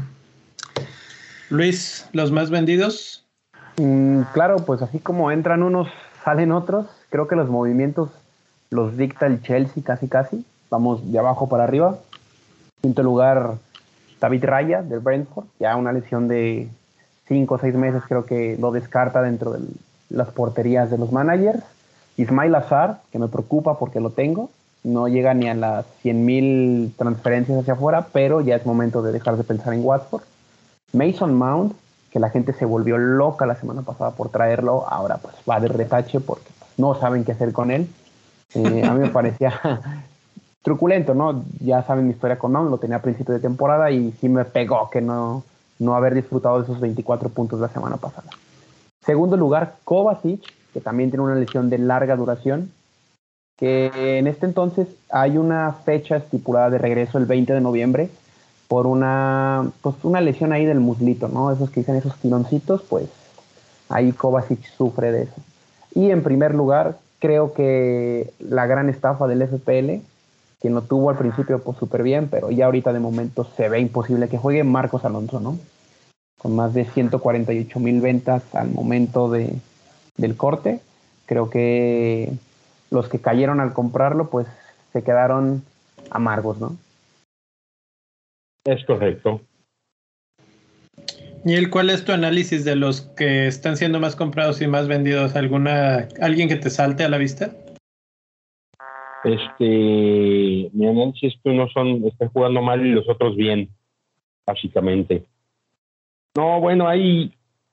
Luis, ¿los más vendidos? Claro, pues así como entran unos, salen otros. Creo que los movimientos los dicta el Chelsea casi. Vamos de abajo para arriba. Quinto lugar, David Raya del Brentford. Ya una lesión de 5 o 6 meses creo que lo descarta dentro de las porterías de los managers. Ismail Azar, que me preocupa porque lo tengo. No llega ni a las 100,000 transferencias hacia afuera, pero ya es momento de dejar de pensar en Watford. Mason Mount, que la gente se volvió loca la semana pasada por traerlo. Ahora pues va de retache porque no saben qué hacer con él. A mí me parecía truculento, ¿no? Ya saben mi historia con Mount, lo tenía a principio de temporada y sí me pegó que no no haber disfrutado de esos 24 puntos la semana pasada. Segundo lugar, Kovacic, que también tiene una lesión de larga duración, que en este entonces hay una fecha estipulada de regreso el 20 de noviembre por una lesión ahí del muslito, ¿no? Esos que dicen esos tironcitos, pues ahí Kovacic sufre de eso. Y en primer lugar, creo que la gran estafa del FPL, quien lo tuvo al principio pues súper bien, pero ya ahorita de momento se ve imposible que juegue, Marcos Alonso, ¿no? Con más de 148,000 ventas al momento del corte. Creo que los que cayeron al comprarlo, pues se quedaron amargos, ¿no? Es correcto. ¿Y cuál es tu análisis de los que están siendo más comprados y más vendidos? ¿Alguien que te salte a la vista? Mi análisis es que unos están jugando mal y los otros bien, básicamente. No, bueno, ahí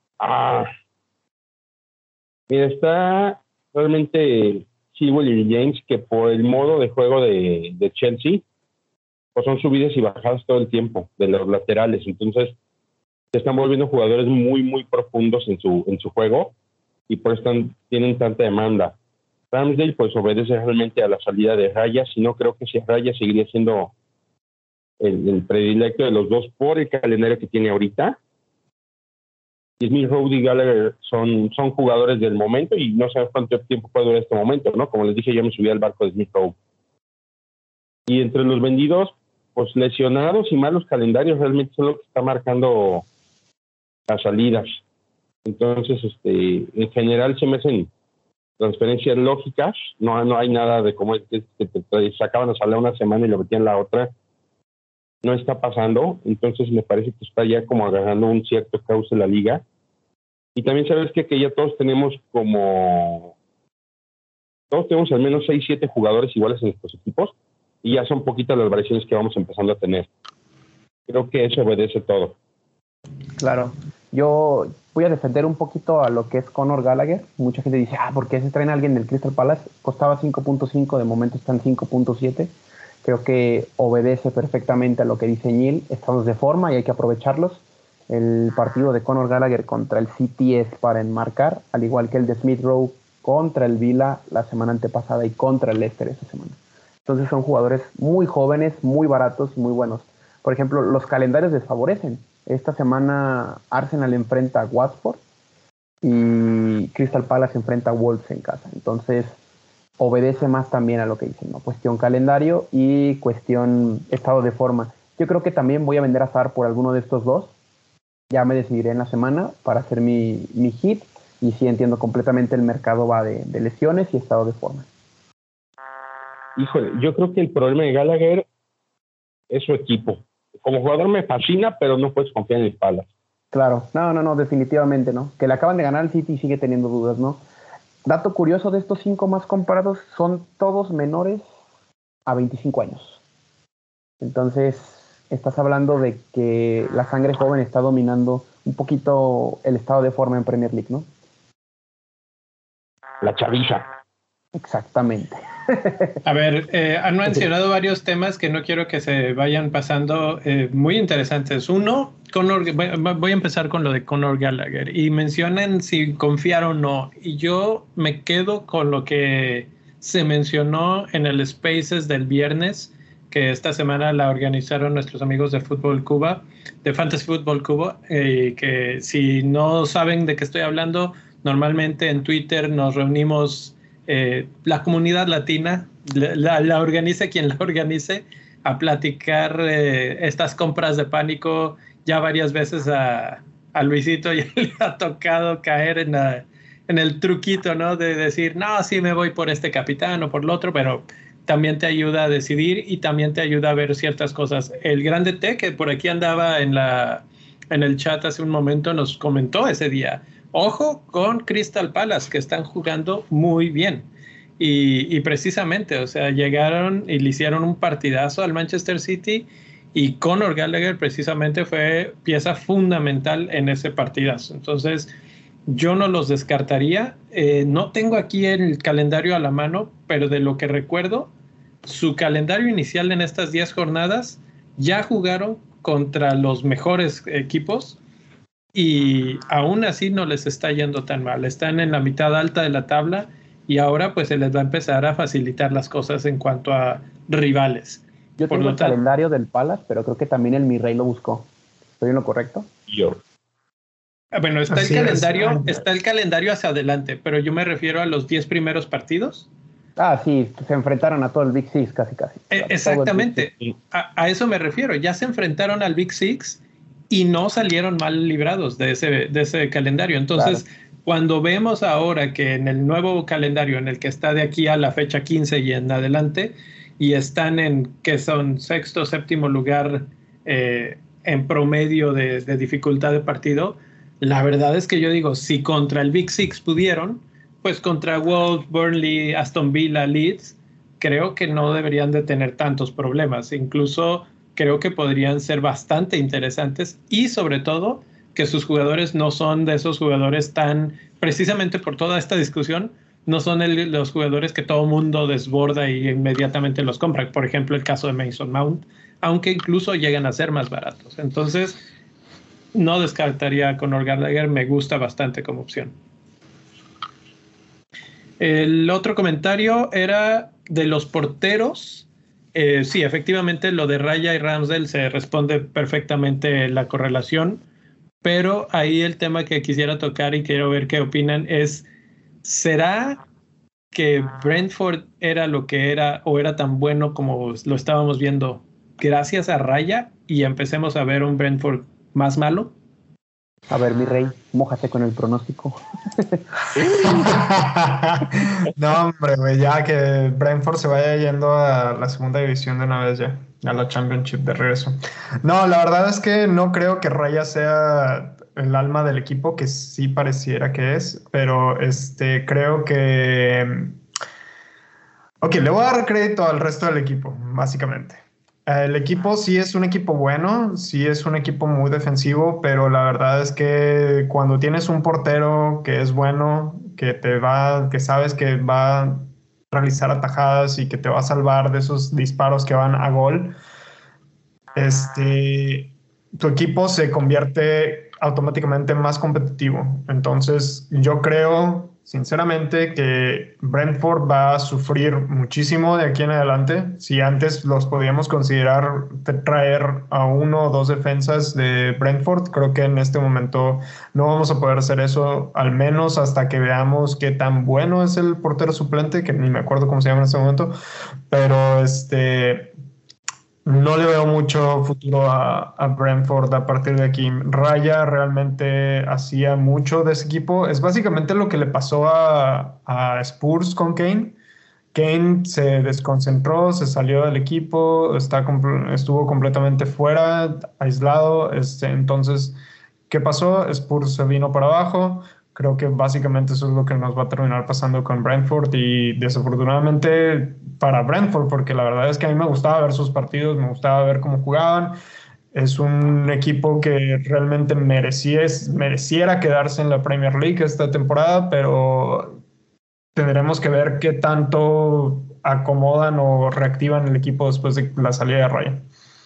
mira, está realmente Chilwell y James, que por el modo de juego de Chelsea, pues son subidas y bajadas todo el tiempo de los laterales. Entonces se están volviendo jugadores muy, muy profundos en su juego y por eso tienen tanta demanda. Ramsdale pues obedece realmente a la salida de Raya, si no creo que si Raya seguiría siendo el predilecto de los dos por el calendario que tiene ahorita. Y Smith Rowe y Gallagher son jugadores del momento y no sabes cuánto tiempo puede durar este momento, ¿no? Como les dije, ya me subí al barco de Smith Rowe. Y entre los vendidos, pues lesionados y malos calendarios realmente son lo que está marcando las salidas. Entonces, en general se me hacen transferencias lógicas, no hay nada de como que te sacaban a salir una semana y lo metían la otra. No está pasando, entonces me parece que está ya como agarrando un cierto cauce la liga. Y también sabes que ya todos tenemos al menos 6-7 jugadores iguales en estos equipos y ya son poquitas las variaciones que vamos empezando a tener. Creo que eso obedece todo. Claro, yo voy a defender un poquito a lo que es Conor Gallagher. Mucha gente dice, ¿por qué se traen a alguien del Crystal Palace? Costaba 5.5, de momento están 5.7. Creo que obedece perfectamente a lo que dice Neil. Estamos de forma y hay que aprovecharlos. El partido de Conor Gallagher contra el City es para enmarcar, al igual que el de Smith Rowe contra el Villa la semana antepasada y contra el Leicester esta semana. Entonces son jugadores muy jóvenes, muy baratos y muy buenos. Por ejemplo, los calendarios les favorecen. Esta semana Arsenal enfrenta a Watford y Crystal Palace enfrenta a Wolves en casa. Entonces obedece más también a lo que dicen, ¿no? Cuestión calendario y cuestión estado de forma. Yo creo que también voy a vender a Sar por alguno de estos dos. Ya me decidiré en la semana para hacer mi hit. Y sí entiendo completamente, el mercado va de lesiones y estado de forma. Híjole, yo creo que el problema de Gallagher es su equipo. Como jugador me fascina, pero no puedes confiar en el Palace. Claro, no, definitivamente no. Que le acaban de ganar al City y sigue teniendo dudas, ¿no? Dato curioso de estos 5 más comprados, son todos menores a 25 años. Entonces, estás hablando de que la sangre joven está dominando un poquito el estado de forma en Premier League, ¿no? La chaviza. Exactamente. A ver, han mencionado varios temas que no quiero que se vayan pasando, muy interesantes. Uno, voy a empezar con lo de Conor Gallagher y mencionan si confiar o no. Y yo me quedo con lo que se mencionó en el Spaces del viernes, que esta semana la organizaron nuestros amigos de Fútbol Cuba, de Fantasy Fútbol Cuba, que si no saben de qué estoy hablando, normalmente en Twitter nos reunimos, la comunidad latina, la organice quien la organice, a platicar estas compras de pánico. Ya varias veces a Luisito ya le ha tocado caer en el truquito, ¿no? De decir, no, sí me voy por este capitán o por el otro, pero también te ayuda a decidir y también te ayuda a ver ciertas cosas. El Grande T, que por aquí andaba en el chat hace un momento, nos comentó ese día, ojo con Crystal Palace, que están jugando muy bien. Y precisamente, o sea, llegaron y le hicieron un partidazo al Manchester City y Conor Gallagher precisamente fue pieza fundamental en ese partidazo. Entonces, yo no los descartaría. No tengo aquí el calendario a la mano, pero de lo que recuerdo, su calendario inicial en estas 10 jornadas ya jugaron contra los mejores equipos y aún así no les está yendo tan mal. Están en la mitad alta de la tabla y ahora pues se les va a empezar a facilitar las cosas en cuanto a rivales. Yo tengo el calendario del Palace, pero creo que también el Mirrey lo buscó. ¿Estoy en lo correcto? Yo. Bueno, está el calendario hacia adelante, pero yo me refiero a los 10 primeros partidos. Sí, se enfrentaron a todo el Big Six casi. Exactamente, a eso me refiero. Ya se enfrentaron al Big Six y no salieron mal librados de ese calendario. Entonces, cuando vemos ahora que en el nuevo calendario, en el que está de aquí a la fecha 15 y en adelante, y están en, que son sexto, séptimo lugar en promedio de dificultad de partido, la verdad es que yo digo, si contra el Big Six pudieron, pues contra Wolves, Burnley, Aston Villa, Leeds, creo que no deberían de tener tantos problemas. Incluso creo que podrían ser bastante interesantes y sobre todo que sus jugadores no son de esos jugadores tan, precisamente por toda esta discusión, no son los jugadores que todo mundo desborda y inmediatamente los compra. Por ejemplo, el caso de Mason Mount, aunque incluso llegan a ser más baratos. Entonces, no descartaría a Conor Gallagher, me gusta bastante como opción. El otro comentario era de los porteros. Sí, efectivamente, lo de Raya y Ramsdale se responde perfectamente la correlación, pero ahí el tema que quisiera tocar y quiero ver qué opinan es, ¿será que Brentford era lo que era o era tan bueno como lo estábamos viendo gracias a Raya y empecemos a ver un Brentford más malo? A ver, mi rey, mójate con el pronóstico. No, hombre, güey, ya que Brentford se vaya yendo a la segunda división de una vez ya, a la Championship de regreso. No, la verdad es que no creo que Raya sea el alma del equipo, que sí pareciera que es, pero creo que... Ok, le voy a dar crédito al resto del equipo, básicamente. El equipo sí es un equipo bueno, sí es un equipo muy defensivo, pero la verdad es que cuando tienes un portero que es bueno, que sabes que va a realizar atajadas y que te va a salvar de esos disparos que van a gol, tu equipo se convierte automáticamente más competitivo. Entonces, yo creo sinceramente que Brentford va a sufrir muchísimo de aquí en adelante. Si antes los podíamos considerar traer a uno o dos defensas de Brentford, creo que en este momento no vamos a poder hacer eso, al menos hasta que veamos qué tan bueno es el portero suplente, que ni me acuerdo cómo se llama en este momento, pero no le veo mucho futuro a Brentford a partir de aquí. Raya realmente hacía mucho de ese equipo. Es básicamente lo que le pasó a Spurs con Kane. Kane se desconcentró, se salió del equipo, estuvo completamente fuera, aislado. Entonces, ¿qué pasó? Spurs se vino para abajo. Creo que básicamente eso es lo que nos va a terminar pasando con Brentford y desafortunadamente para Brentford, porque la verdad es que a mí me gustaba ver sus partidos, me gustaba ver cómo jugaban. Es un equipo que realmente mereciera quedarse en la Premier League esta temporada, pero tendremos que ver qué tanto acomodan o reactivan el equipo después de la salida de Raya.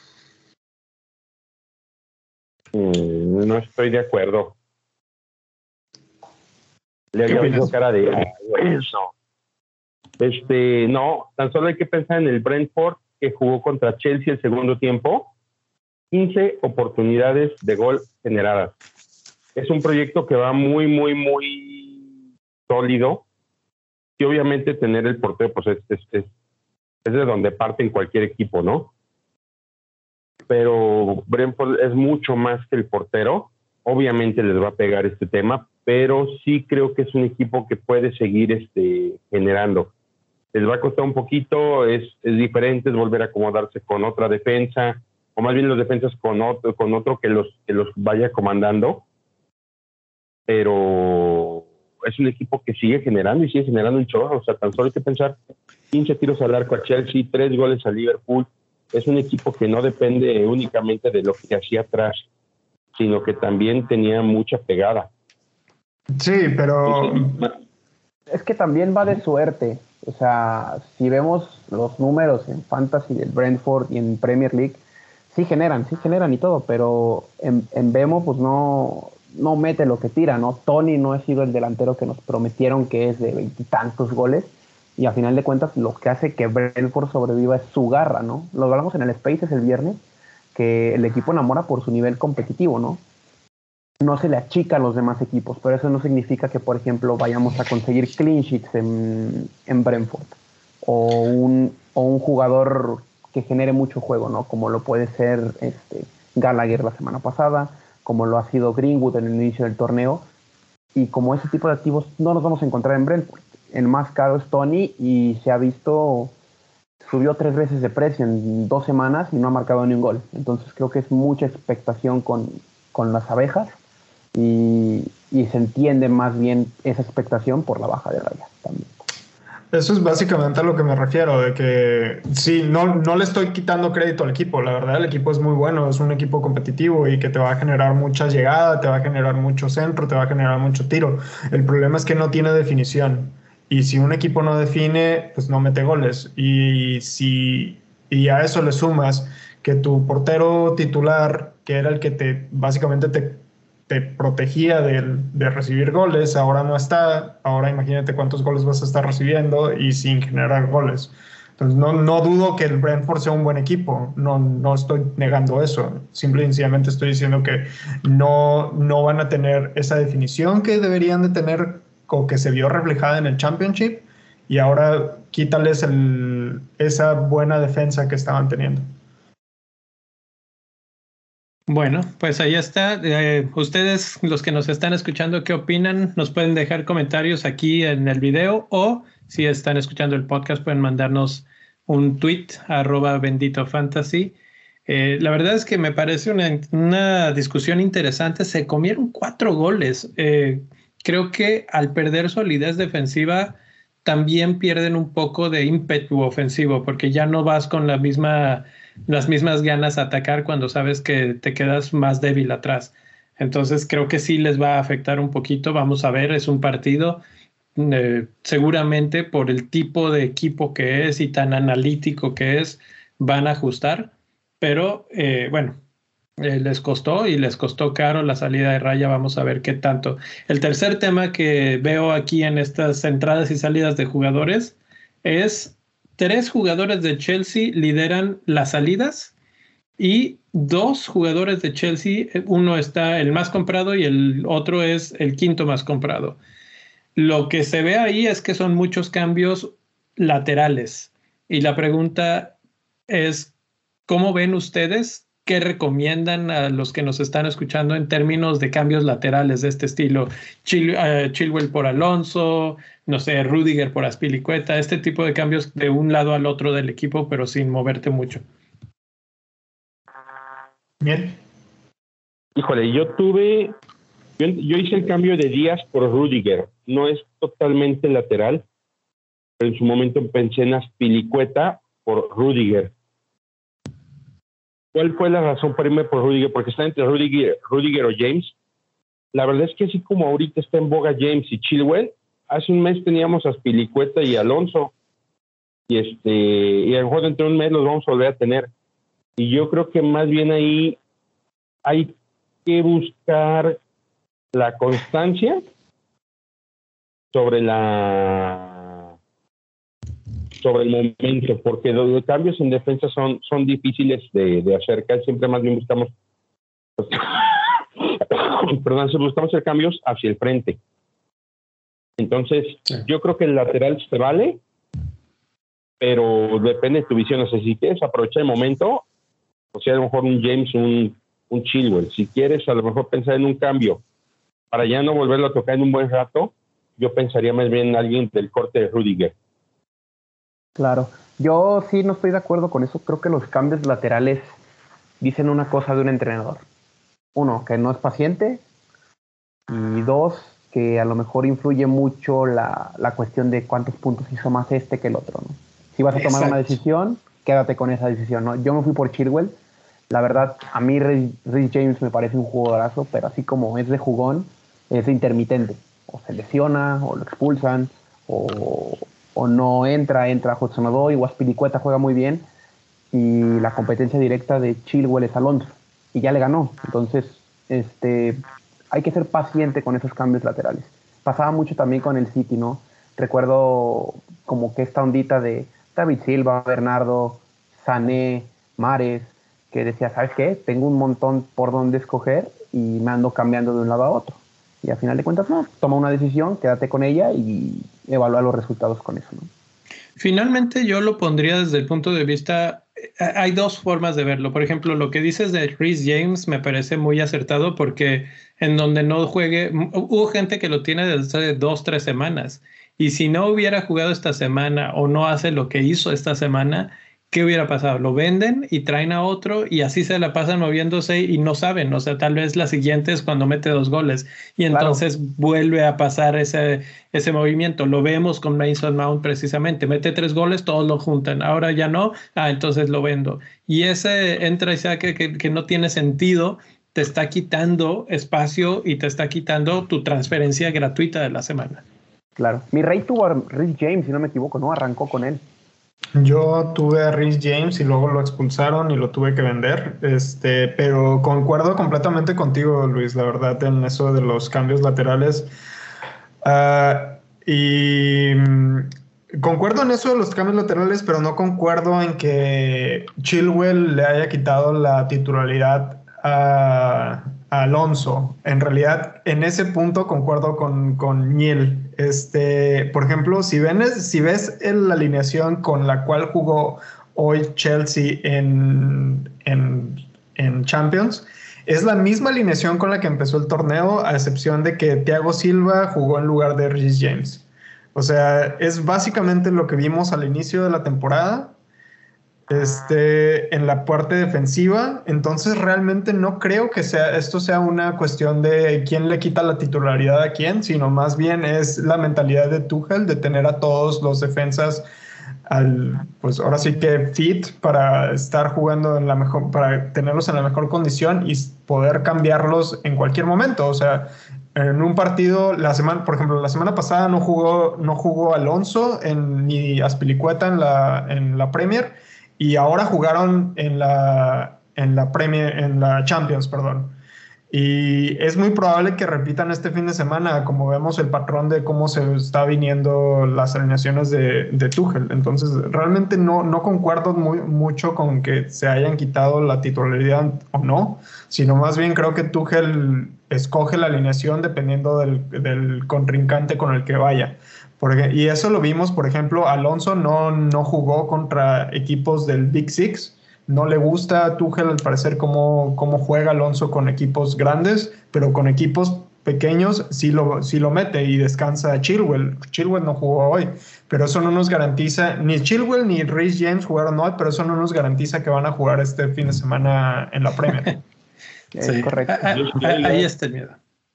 No estoy de acuerdo. Le había visto cara de eso. No, tan solo hay que pensar en el Brentford que jugó contra Chelsea el segundo tiempo. 15 oportunidades de gol generadas. Es un proyecto que va muy, muy, muy sólido. Y obviamente tener el portero, pues es de donde parte en cualquier equipo, ¿no? Pero Brentford es mucho más que el portero. Obviamente les va a pegar este tema, pero sí creo que es un equipo que puede seguir generando. Les va a costar un poquito, es diferente, es volver a acomodarse con otra defensa, o más bien los defensas con otro que los vaya comandando, pero es un equipo que sigue generando y sigue generando un chorro. O sea, tan solo hay que pensar 15 tiros al arco a Chelsea, 3 goles a Liverpool. Es un equipo que no depende únicamente de lo que hacía atrás, sino que también tenía mucha pegada. Sí, pero... Es que también va de suerte. O sea, si vemos los números en Fantasy del Brentford y en Premier League, sí generan y todo, pero en Bemo pues no mete lo que tira, ¿no? Tony no ha sido el delantero que nos prometieron, que es de 20 y tantos goles, y a final de cuentas lo que hace que Brentford sobreviva es su garra, ¿no? Lo hablamos en el Spaces el viernes, que el equipo enamora por su nivel competitivo, ¿no? No se le achica a los demás equipos, pero eso no significa que, por ejemplo, vayamos a conseguir clean sheets en Brentford, o un jugador que genere mucho juego, ¿no? Como lo puede ser Gallagher la semana pasada, como lo ha sido Greenwood en el inicio del torneo, y como ese tipo de activos no nos vamos a encontrar en Brentford. El más caro es Tony y se ha visto, subió 3 veces de precio en 2 semanas y no ha marcado ni un gol. Entonces creo que es mucha expectación con las abejas y se entiende más bien esa expectación por la baja de Raya también. Eso es básicamente a lo que me refiero, de que sí, no le estoy quitando crédito al equipo, la verdad el equipo es muy bueno, es un equipo competitivo y que te va a generar mucha llegada, te va a generar mucho centro, te va a generar mucho tiro. El problema es que no tiene definición y si un equipo no define, pues no mete goles y a eso le sumas que tu portero titular, que era el que básicamente te protegía de recibir goles, ahora no está, ahora imagínate cuántos goles vas a estar recibiendo y sin generar goles. Entonces no dudo que el Brentford sea un buen equipo, no estoy negando eso, simple y sencillamente estoy diciendo que no van a tener esa definición que deberían de tener o que se vio reflejada en el Championship y ahora quítales esa buena defensa que estaban teniendo. Bueno, pues ahí está. Ustedes, los que nos están escuchando, ¿qué opinan? Nos pueden dejar comentarios aquí en el video o si están escuchando el podcast pueden mandarnos un tweet @benditofantasy. La verdad es que me parece una discusión interesante. Se comieron 4 goles. Creo que al perder solidez defensiva también pierden un poco de ímpetu ofensivo porque ya no vas con las mismas ganas a atacar cuando sabes que te quedas más débil atrás. Entonces creo que sí les va a afectar un poquito. Vamos a ver, es un partido seguramente por el tipo de equipo que es y tan analítico que es, van a ajustar, pero bueno, les costó caro la salida de Raya. Vamos a ver qué tanto. El tercer tema que veo aquí en estas entradas y salidas de jugadores es 3 jugadores de Chelsea lideran las salidas y 2 jugadores de Chelsea, uno está el más comprado y el otro es el quinto más comprado. Lo que se ve ahí es que son muchos cambios laterales y la pregunta es, ¿cómo ven ustedes? ¿Qué recomiendan a los que nos están escuchando en términos de cambios laterales de este estilo? Chilwell por Alonso, no sé, Rudiger por Azpilicueta, este tipo de cambios de un lado al otro del equipo, pero sin moverte mucho. Bien. Híjole, yo hice el cambio de Díaz por Rudiger. No es totalmente lateral, pero en su momento pensé en Azpilicueta por Rudiger. ¿Cuál fue la razón para irme por Rudiger? Porque está entre Rudiger o James. La verdad es que así como ahorita está en boga James y Chilwell, hace un mes teníamos a Azpilicueta y Alonso. Y a lo mejor dentro de un mes los vamos a volver a tener. Y yo creo que más bien ahí hay que buscar la constancia sobre el momento, porque los cambios en defensa son difíciles de hacer. Siempre más bien buscamos hacer cambios hacia el frente. Entonces, sí. Yo creo que el lateral se vale, pero depende de tu visión. O sea, si quieres aprovechar el momento, o sea, a lo mejor un James, un Chilwell. Si quieres a lo mejor pensar en un cambio para ya no volverlo a tocar en un buen rato, yo pensaría más bien en alguien del corte de Rudiger. Claro, yo sí no estoy de acuerdo con eso. Creo que los cambios laterales dicen una cosa de un entrenador. 1, que no es paciente, y 2, que a lo mejor influye mucho la cuestión de cuántos puntos hizo más que el otro, ¿no? Si vas a tomar una decisión, quédate con esa decisión, ¿no? Yo me fui por Chilwell. La verdad, a mí Reece James me parece un jugadorazo, pero así como es de jugón, es de intermitente. O se lesiona, o lo expulsan, o no entra Hudson-Odoi, o Azpilicueta juega muy bien, y la competencia directa de Chilwell es Alonso, y ya le ganó. Entonces, hay que ser paciente con esos cambios laterales. Pasaba mucho también con el City, ¿no? Recuerdo como que esta ondita de David Silva, Bernardo, Sané, Mahrez, que decía, ¿sabes qué? Tengo un montón por donde escoger y me ando cambiando de un lado a otro. Y al final de cuentas, no, toma una decisión, quédate con ella y evalúa los resultados con eso, ¿no? Finalmente yo lo pondría desde el punto de vista, hay dos formas de verlo. Por ejemplo, lo que dices de Reece James me parece muy acertado porque en donde no juegue, hubo gente que lo tiene desde hace 2-3 semanas y si no hubiera jugado esta semana o no hace lo que hizo esta semana, ¿qué hubiera pasado? Lo venden y traen a otro y así se la pasan moviéndose y no saben, o sea, tal vez la siguiente es cuando mete 2 goles y entonces vuelve a pasar ese movimiento. Lo vemos con Mason Mount precisamente, mete 3 goles, todos lo juntan, ahora ya no, entonces lo vendo. Y ese entra y saca que no tiene sentido, te está quitando espacio y te está quitando tu transferencia gratuita de la semana. Claro, mi rey tuvo a Reece James, si no me equivoco, ¿no? Arrancó con él. Yo tuve a Reece James y luego lo expulsaron y lo tuve que vender, pero concuerdo completamente contigo, Luis, la verdad, en eso de los cambios laterales. Y concuerdo en eso de los cambios laterales, pero no concuerdo en que Chilwell le haya quitado la titularidad a Alonso. En realidad, en ese punto concuerdo con Niel. Por ejemplo, si ves la alineación con la cual jugó hoy Chelsea en Champions, es la misma alineación con la que empezó el torneo, a excepción de que Thiago Silva jugó en lugar de Reece James. O sea, es básicamente lo que vimos al inicio de la temporada. En la parte defensiva, entonces realmente no creo que esto sea una cuestión de quién le quita la titularidad a quién, sino más bien es la mentalidad de Tuchel de tener a todos los defensas pues ahora sí que fit para estar jugando para tenerlos en la mejor condición y poder cambiarlos en cualquier momento. O sea, en un partido, por ejemplo, la semana pasada no jugó Alonso ni Azpilicueta en la Premier. Y ahora jugaron en la Champions, perdón. Y es muy probable que repitan este fin de semana, como vemos el patrón de cómo se está viniendo las alineaciones de Tuchel. Entonces, realmente no concuerdo mucho con que se hayan quitado la titularidad o no, sino más bien creo que Tuchel escoge la alineación dependiendo del contrincante con el que vaya. Y eso lo vimos, por ejemplo, Alonso no jugó contra equipos del Big Six. No le gusta a Tuchel al parecer cómo juega Alonso con equipos grandes, pero con equipos pequeños sí lo mete y descansa a Chilwell. Chilwell no jugó hoy, pero eso no nos garantiza, ni Chilwell ni Reece James jugaron hoy, pero eso no nos garantiza que van a jugar este fin de semana en la Premier. Sí, correcto. Ahí está el miedo.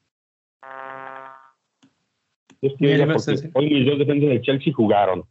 Hoy mis dos defensas del Chelsea jugaron.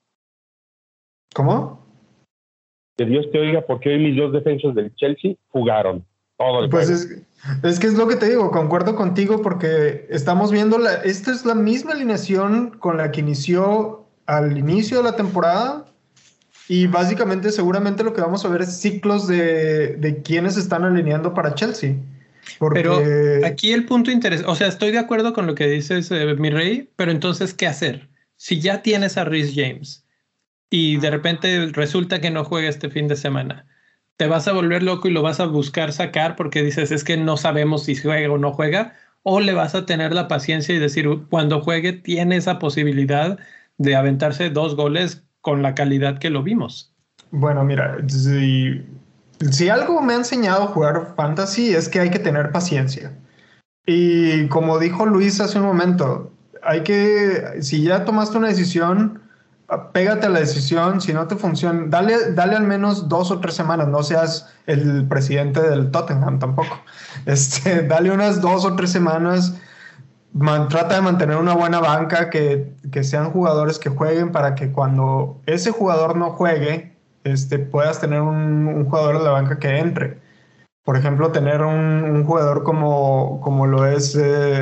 ¿Cómo? Que Dios te oiga, porque hoy mis dos defensas del Chelsea jugaron. Pues es que es lo que te digo, concuerdo contigo porque estamos viendo, esta es la misma alineación con la que inició al inicio de la temporada y básicamente seguramente lo que vamos a ver es ciclos de quienes están alineando para Chelsea. Pero aquí el punto interesante, o sea, estoy de acuerdo con lo que dices, mi rey, pero entonces, ¿qué hacer? Si ya tienes a Reece James y de repente resulta que no juega este fin de semana, ¿te vas a volver loco y lo vas a buscar sacar porque dices, es que no sabemos si juega o no juega? ¿O le vas a tener la paciencia y decir, cuando juegue tiene esa posibilidad de aventarse 2 goles con la calidad que lo vimos? Bueno, mira, si algo me ha enseñado a jugar fantasy es que hay que tener paciencia. Y como dijo Luis hace un momento, si ya tomaste una decisión, pégate a la decisión. Si no te funciona, dale al menos 2 o 3 semanas. No seas el presidente del Tottenham tampoco. Dale unas 2 o 3 semanas. Trata de mantener una buena banca, que sean jugadores que jueguen para que cuando ese jugador no juegue, puedas tener un jugador en la banca que entre. Por ejemplo, tener un jugador como lo es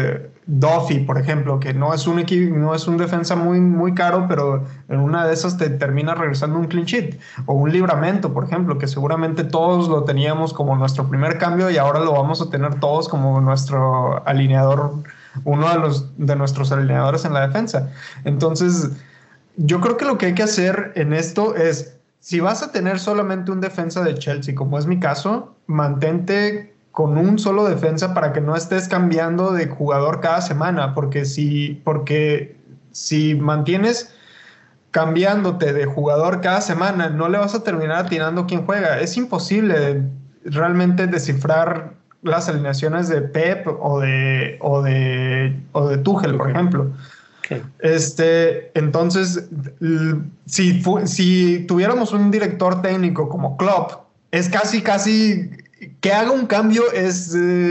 Duffy, por ejemplo, que no es un defensa muy, muy caro, pero en una de esas te termina regresando un clean sheet. O un Livramento, por ejemplo, que seguramente todos lo teníamos como nuestro primer cambio y ahora lo vamos a tener todos como nuestro alineador, uno de nuestros alineadores en la defensa. Entonces, yo creo que lo que hay que hacer en esto es, si vas a tener solamente un defensa de Chelsea, como es mi caso, mantente con un solo defensa para que no estés cambiando de jugador cada semana, porque si mantienes cambiándote de jugador cada semana, no le vas a terminar atinando quién juega. Es imposible realmente descifrar las alineaciones de Pep o de Tuchel, por ejemplo. Okay. Entonces, si tuviéramos un director técnico como Klopp, es casi que haga un cambio es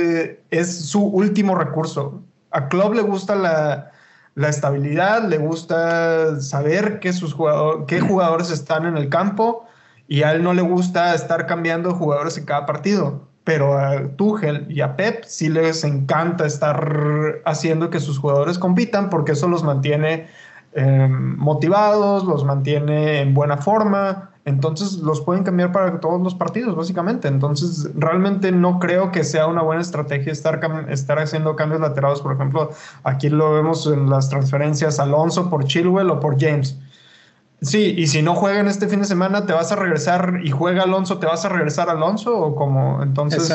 su último recurso. A Klopp le gusta la estabilidad, le gusta saber qué jugadores están en el campo, y a él no le gusta estar cambiando de jugadores en cada partido. Pero a Tuchel y a Pep sí les encanta estar haciendo que sus jugadores compitan, porque eso los mantiene motivados, los mantiene en buena forma. Entonces los pueden cambiar para todos los partidos, básicamente. Entonces realmente no creo que sea una buena estrategia estar haciendo cambios laterales. Por ejemplo, aquí lo vemos en las transferencias: Alonso por Chilwell o por James. Sí, y si no juegan este fin de semana, ¿te vas a regresar y juega Alonso, te vas a regresar Alonso o como? Entonces,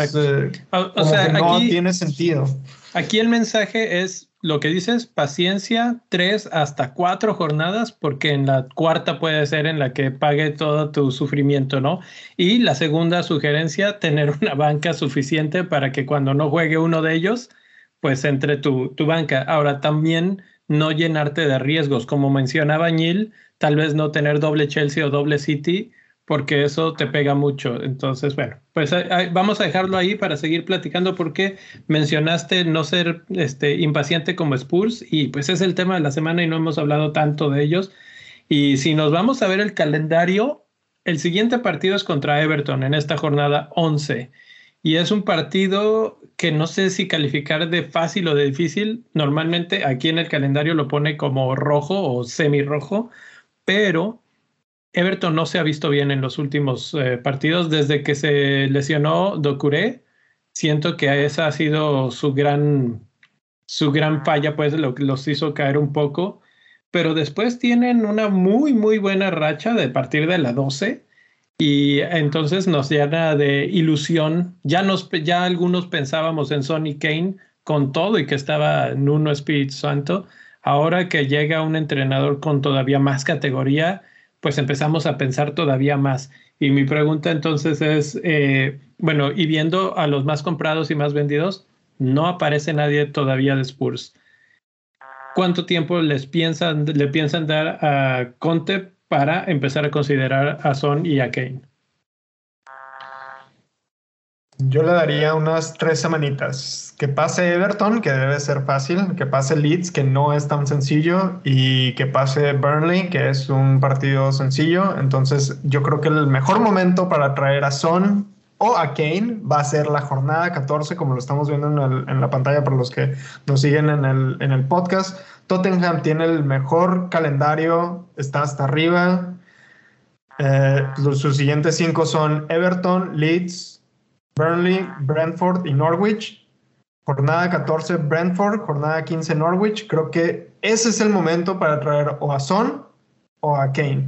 o sea, que no tiene sentido. Aquí el mensaje es lo que dices: paciencia, 3 hasta 4 jornadas, porque en la cuarta puede ser en la que pague todo tu sufrimiento, ¿no? Y la segunda sugerencia, tener una banca suficiente para que cuando no juegue uno de ellos, pues entre tu banca. Ahora, también no llenarte de riesgos, como mencionaba Neil, tal vez no tener doble Chelsea o doble City, porque eso te pega mucho. Entonces, bueno, pues vamos a dejarlo ahí para seguir platicando, porque mencionaste no ser impaciente como Spurs, y pues es el tema de la semana y no hemos hablado tanto de ellos. Y si nos vamos a ver el calendario, el siguiente partido es contra Everton en esta jornada 11. Y es un partido que no sé si calificar de fácil o de difícil. Normalmente aquí en el calendario lo pone como rojo o semirrojo, pero Everton no se ha visto bien en los últimos partidos. Desde que se lesionó Doucouré, siento que esa ha sido su gran falla, pues lo que los hizo caer un poco. Pero después tienen una muy, muy buena racha de partir de la 12, y entonces nos llena de ilusión. Ya algunos pensábamos en Son y Kane con todo y que estaba Nuno Espíritu Santo. Ahora que llega un entrenador con todavía más categoría, pues empezamos a pensar todavía más. Y mi pregunta entonces es, bueno, y viendo a los más comprados y más vendidos, no aparece nadie todavía de Spurs. ¿Cuánto tiempo le piensan dar a Conte para empezar a considerar a Son y a Kane? Yo le daría unas 3 semanitas. Que pase Everton, que debe ser fácil, que pase Leeds, que no es tan sencillo, y que pase Burnley, que es un partido sencillo. Entonces yo creo que el mejor momento para traer a Son o a Kane va a ser la jornada 14, como lo estamos viendo en la pantalla para los que nos siguen en el podcast. Tottenham tiene el mejor calendario, está hasta arriba. Sus siguientes 5 son Everton, Leeds, Burnley, Brentford y Norwich. Jornada 14 Brentford, jornada 15 Norwich. Creo que ese es el momento para traer o a Son o a Kane.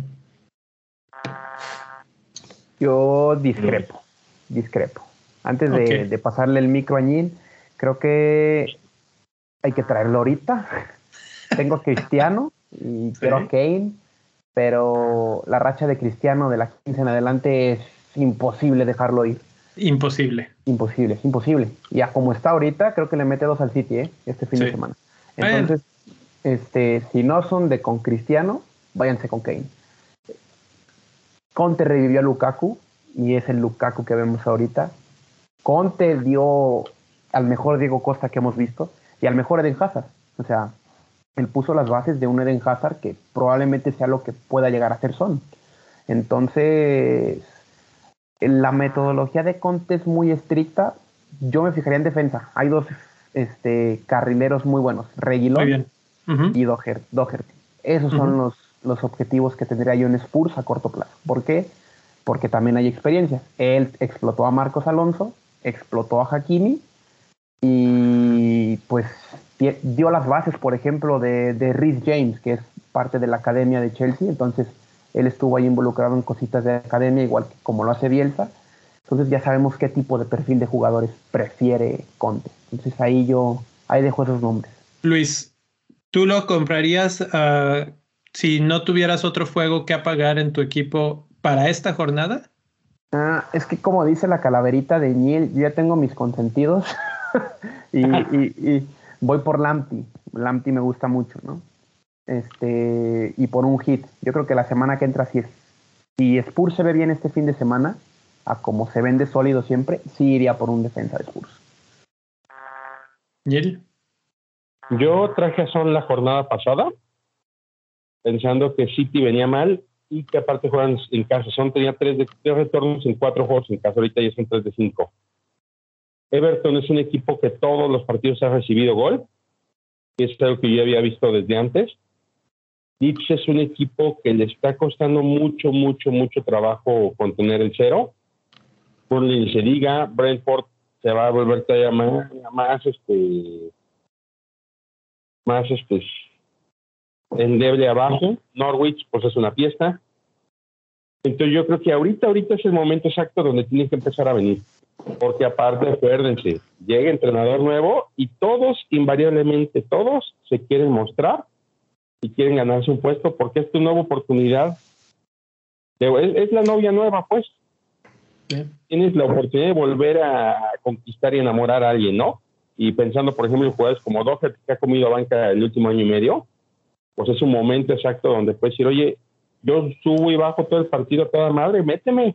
Yo discrepo. Antes de pasarle el micro a Neil, creo que hay que traerlo ahorita. Tengo a Cristiano y quiero a Kane, pero la racha de Cristiano de la 15 en adelante es imposible dejarlo ir. Imposible. Ya como está ahorita, creo que le mete 2 al City este fin de semana. Entonces, si no son con Cristiano, váyanse con Kane. Conte revivió a Lukaku y es el Lukaku que vemos ahorita. Conte dio al mejor Diego Costa que hemos visto y al mejor Eden Hazard. O sea, él puso las bases de un Eden Hazard que probablemente sea lo que pueda llegar a ser Son. Entonces, la metodología de Conte es muy estricta. Yo me fijaría en defensa. Hay 2 carrileros muy buenos, Reguilón y Doherty. Esos son los objetivos que tendría yo en Spurs a corto plazo. ¿Por qué? Porque también hay experiencia. Él explotó a Marcos Alonso, explotó a Hakimi y pues dio las bases, por ejemplo, de Reece James, que es parte de la academia de Chelsea. Entonces él estuvo ahí involucrado en cositas de academia, igual que como lo hace Bielsa. Entonces ya sabemos qué tipo de perfil de jugadores prefiere Conte. Entonces ahí dejo esos nombres. Luis, ¿tú lo comprarías si no tuvieras otro fuego que apagar en tu equipo para esta jornada? Es que como dice la calaverita de Niel, yo ya tengo mis consentidos y voy por Lamptey. Lamptey me gusta mucho, ¿no? Y por un hit. Yo creo que la semana que entra, si Spurs se ve bien este fin de semana, a como se vende sólido siempre, sí iría por un defensa de Spurs. ¿Niel? Yo traje a Son la jornada pasada, pensando que City venía mal y que aparte juegan en casa. Son tenía 3 retornos en 4 juegos en casa, ahorita ya son 3 de 5. Everton es un equipo que todos los partidos ha recibido gol, que es algo que yo había visto desde antes. Leeds es un equipo que le está costando mucho trabajo contener el cero. Burnley se diga, Brentford se va a volver todavía más endeble abajo. Norwich pues es una fiesta. Entonces yo creo que ahorita es el momento exacto donde tienen que empezar a venir, porque aparte, acuérdense, llega entrenador nuevo y todos, invariablemente todos, se quieren mostrar y quieren ganarse un puesto porque es tu nueva oportunidad. Es la novia nueva, pues. Sí. Tienes la oportunidad de volver a conquistar y enamorar a alguien, ¿no? Y pensando, por ejemplo, en jugadores como Doherty, que ha comido banca el último año y medio, pues es un momento exacto donde puedes decir, oye, yo subo y bajo todo el partido a toda madre, méteme.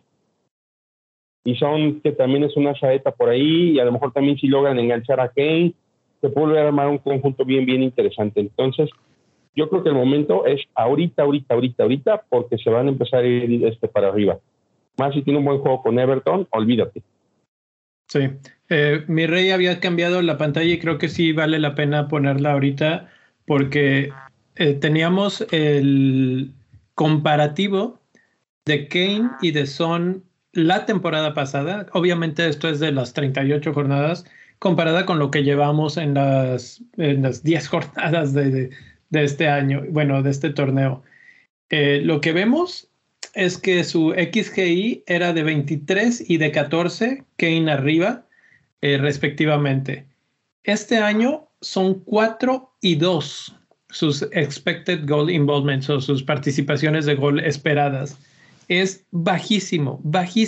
Y Son, que también es una saeta por ahí, y a lo mejor también si logran enganchar a Kane, se puede volver a armar un conjunto bien interesante. Entonces, yo creo que el momento es ahorita, porque se van a empezar a ir para arriba. Más si tiene un buen juego con Everton, olvídate. Sí. Mi rey había cambiado la pantalla y creo que sí vale la pena ponerla ahorita porque teníamos el comparativo de Kane y de Son la temporada pasada. Obviamente esto es de las 38 jornadas comparada con lo que llevamos en las 10 jornadas de este año, bueno, de este torneo. Lo que vemos es que su XGI era de 23 y de 14, Kane arriba, respectivamente. Este año son 4 y 2 sus expected goal involvements o sus participaciones de gol esperadas. Es bajísimo.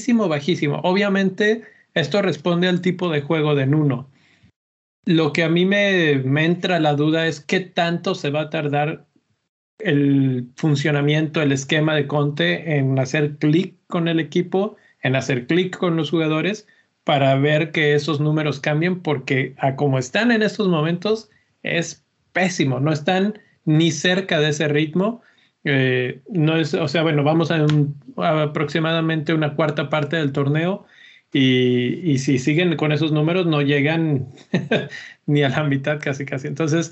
Obviamente, esto responde al tipo de juego de Nuno. Lo que a mí me entra la duda es qué tanto se va a tardar el funcionamiento, el esquema de Conte en hacer clic con el equipo, en hacer clic con los jugadores para ver que esos números cambien, porque a como están en estos momentos es pésimo, no están ni cerca de ese ritmo. No es, o sea, bueno, vamos a aproximadamente una cuarta parte del torneo y si siguen con esos números no llegan ni a la mitad casi. Entonces,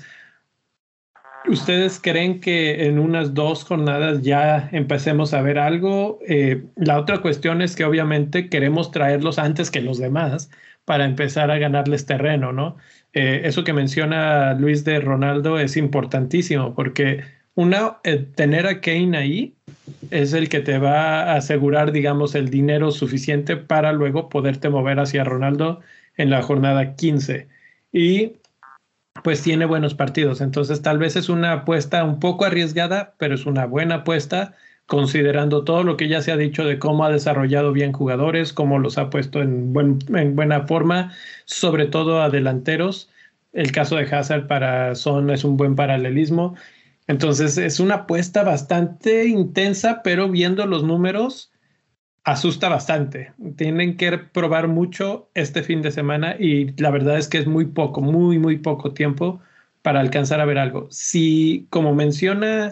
¿ustedes creen que en unas 2 jornadas ya empecemos a ver algo? La otra cuestión es que obviamente queremos traerlos antes que los demás para empezar a ganarles terreno, ¿no? Eso que menciona Luis de Ronaldo es importantísimo porque tener a Kane ahí es el que te va a asegurar, digamos, el dinero suficiente para luego poderte mover hacia Ronaldo en la jornada 15. Y pues tiene buenos partidos. Entonces tal vez es una apuesta un poco arriesgada, pero es una buena apuesta considerando todo lo que ya se ha dicho de cómo ha desarrollado bien jugadores, cómo los ha puesto en buena forma, sobre todo a delanteros. El caso de Hazard para Son es un buen paralelismo. Entonces es una apuesta bastante intensa, pero viendo los números asusta bastante. Tienen que probar mucho este fin de semana y la verdad es que es muy poco tiempo para alcanzar a ver algo. Si, como menciona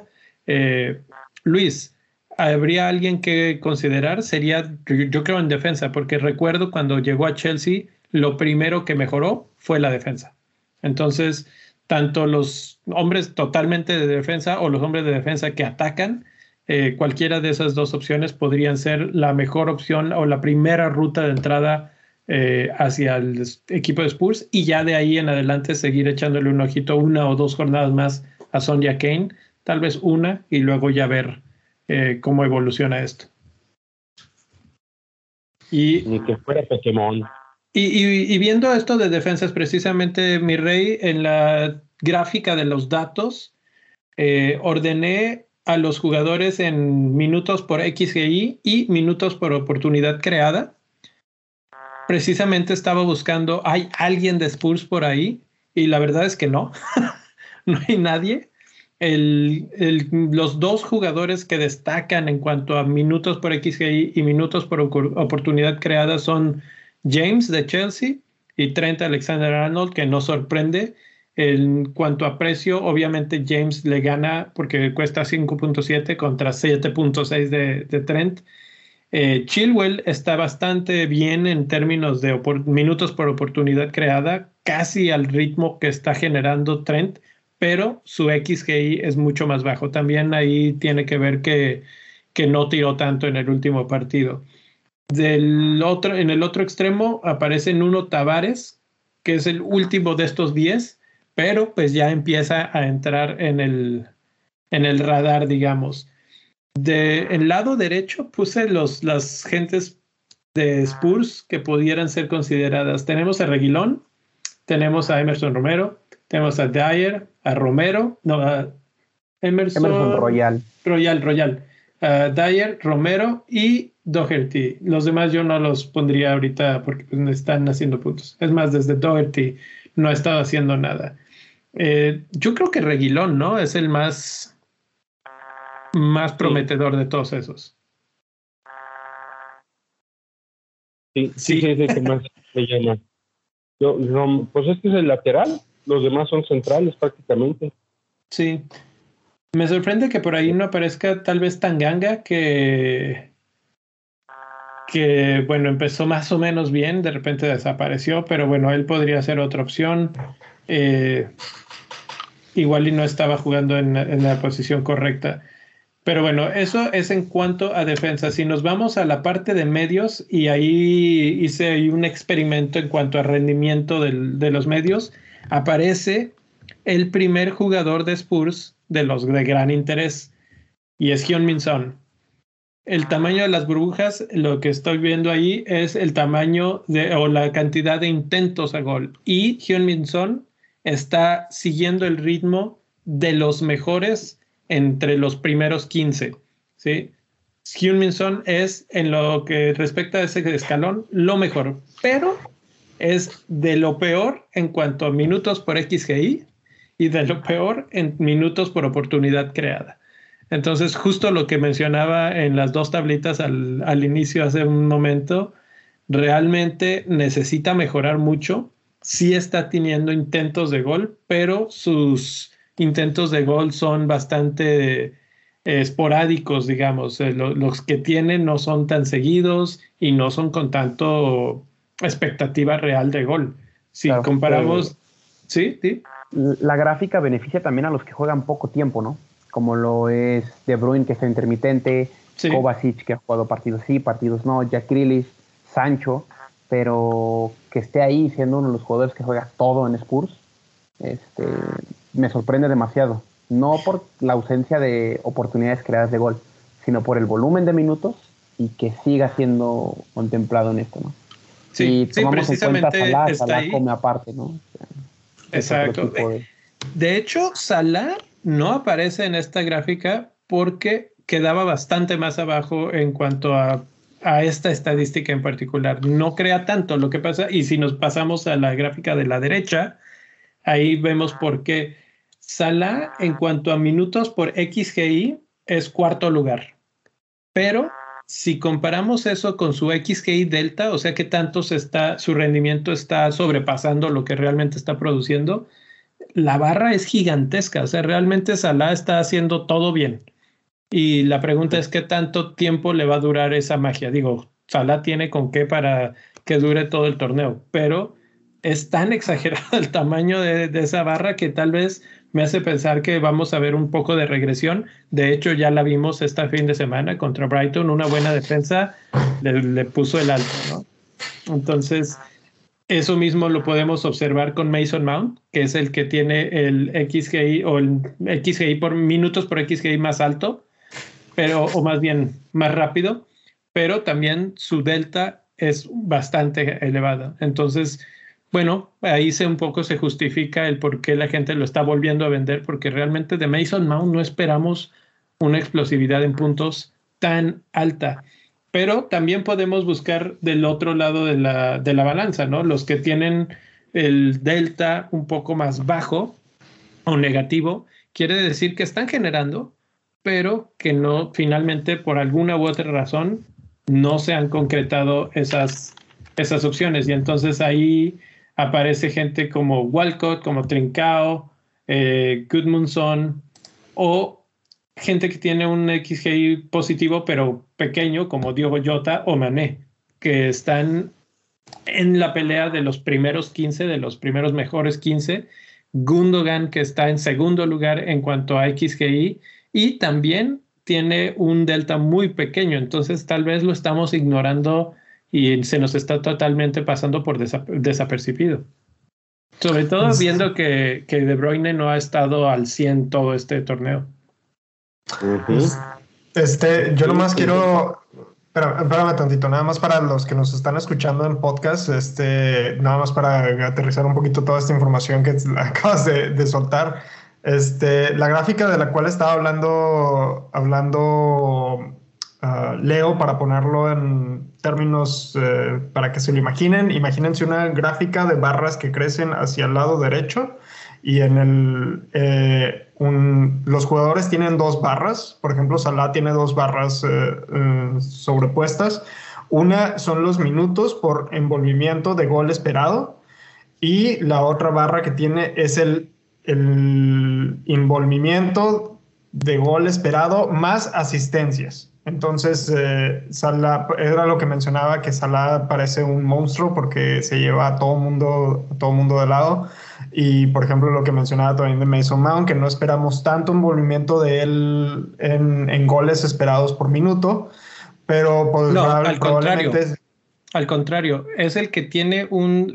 Luis, habría alguien que considerar, sería, yo creo, en defensa, porque recuerdo cuando llegó a Chelsea, lo primero que mejoró fue la defensa. Entonces, tanto los hombres totalmente de defensa o los hombres de defensa que atacan, cualquiera de esas dos opciones podrían ser la mejor opción o la primera ruta de entrada hacia el equipo de Spurs, y ya de ahí en adelante seguir echándole un ojito 1 o 2 jornadas más a Sonja Kane, tal vez una, y luego ya ver cómo evoluciona esto. Ni que fuera Pokémon. Y viendo esto de defensas, precisamente, mi rey, en la gráfica de los datos, ordené a los jugadores en minutos por XGI y minutos por oportunidad creada. Precisamente estaba buscando, ¿hay alguien de Spurs por ahí? Y la verdad es que no, no hay nadie. Los dos jugadores que destacan en cuanto a minutos por XGI y minutos por oportunidad creada son James de Chelsea y Trent Alexander-Arnold, que no sorprende. En cuanto a precio, obviamente James le gana porque cuesta 5.7 contra 7.6 de Trent. Chilwell está bastante bien en términos de minutos por oportunidad creada, casi al ritmo que está generando Trent, pero su XGI es mucho más bajo. También ahí tiene que ver que no tiró tanto en el último partido. En el otro extremo aparece Nuno Tavares, que es el último de estos 10, pero pues ya empieza a entrar en el radar, digamos. En lado derecho puse las gentes de Spurs que pudieran ser consideradas. Tenemos a Reguilón, tenemos a Emerson Romero, tenemos a Dyer, a Romero, no, a Emerson Royal. Dyer, Romero y Doherty. Los demás yo no los pondría ahorita porque pues, están haciendo puntos. Es más, desde Doherty no ha estado haciendo nada. Yo creo que Reguilón, ¿no? Es el más prometedor de todos esos. Sí, que más se llama. Pues es que es el lateral, los demás son centrales prácticamente. Sí. Me sorprende que por ahí no aparezca tal vez Tanganga, que bueno, empezó más o menos bien, de repente desapareció, pero bueno, él podría ser otra opción. Igual y no estaba jugando en la posición correcta. Pero bueno, eso es en cuanto a defensa. Si nos vamos a la parte de medios, y ahí hice un experimento en cuanto a rendimiento de los medios, aparece el primer jugador de Spurs de los de gran interés, y es Heung-min Son. El tamaño de las burbujas, lo que estoy viendo ahí es el tamaño o la cantidad de intentos a gol. Y Heung-min Son está siguiendo el ritmo de los mejores entre los primeros 15. ¿Sí? Heung-min Son es, en lo que respecta a ese escalón, lo mejor, pero es de lo peor en cuanto a minutos por XGI y de lo peor en minutos por oportunidad creada. Entonces, justo lo que mencionaba en las dos tablitas al inicio hace un momento, realmente necesita mejorar mucho. Sí está teniendo intentos de gol, pero sus intentos de gol son bastante esporádicos, digamos. Los que tiene no son tan seguidos y no son con tanto expectativa real de gol. Si claro, comparamos... ¿Sí? La gráfica beneficia también a los que juegan poco tiempo, ¿no? Como lo es De Bruyne, que está intermitente, sí. Kovacic, que ha jugado partidos sí, partidos no, Jack Grealish, Sancho, pero que esté ahí siendo uno de los jugadores que juega todo en Spurs, me sorprende demasiado. No por la ausencia de oportunidades creadas de gol, sino por el volumen de minutos y que siga siendo contemplado en esto, ¿no? Sí, y precisamente en cuenta Salah ahí. Come aparte, ¿no? O sea, exacto. De hecho, Salah no aparece en esta gráfica porque quedaba bastante más abajo en cuanto a esta estadística en particular. No crea tanto. Lo que pasa, y si nos pasamos a la gráfica de la derecha, ahí vemos por qué Salah en cuanto a minutos por XGI es cuarto lugar. Pero si comparamos eso con su XGI delta, o sea que tanto su rendimiento está sobrepasando lo que realmente está produciendo, la barra es gigantesca. O sea, realmente Salah está haciendo todo bien. Y la pregunta es qué tanto tiempo le va a durar esa magia. Digo, Salah tiene con qué para que dure todo el torneo, pero es tan exagerado el tamaño de esa barra que tal vez me hace pensar que vamos a ver un poco de regresión. De hecho, ya la vimos este fin de semana contra Brighton, una buena defensa le puso el alto, ¿no? Entonces, eso mismo lo podemos observar con Mason Mount, que es el que tiene el XGI o el XGI por minutos por XGI más alto, o más bien más rápido, pero también su delta es bastante elevada. Entonces, bueno, ahí un poco se justifica el por qué la gente lo está volviendo a vender, porque realmente de Mason Mount no esperamos una explosividad en puntos tan alta. Pero también podemos buscar del otro lado de la balanza, ¿no? Los que tienen el delta un poco más bajo o negativo, quiere decir que están generando, pero que no, finalmente, por alguna u otra razón, no se han concretado esas opciones. Y entonces ahí aparece gente como Walcott, como Trincao, Gudmundsson, o gente que tiene un XGI positivo pero pequeño, como Diogo Jota o Mané, que están en la pelea de los primeros 15, de los primeros mejores 15. Gundogan, que está en segundo lugar en cuanto a XGI, y también tiene un delta muy pequeño, entonces tal vez lo estamos ignorando y se nos está totalmente pasando por desapercibido. Sobre todo viendo que De Bruyne no ha estado al 100 todo este torneo. Yo nomás quiero... Espérame tantito, nada más para los que nos están escuchando en podcast, nada más para aterrizar un poquito toda esta información que acabas de soltar. La gráfica de la cual estaba hablando Leo, para ponerlo en términos para que se lo imaginen, imagínense una gráfica de barras que crecen hacia el lado derecho y los jugadores tienen dos barras. Por ejemplo, Salah tiene dos barras sobrepuestas. Una son los minutos por envolvimiento de gol esperado y la otra barra que tiene es el envolvimiento de gol esperado más asistencias. Entonces, Salah, era lo que mencionaba, que Salah parece un monstruo porque se lleva a todo mundo de lado. Y, por ejemplo, lo que mencionaba también de Mason Mount, que no esperamos tanto envolvimiento de él en goles esperados por minuto, pero pues, no, al contrario, es el que tiene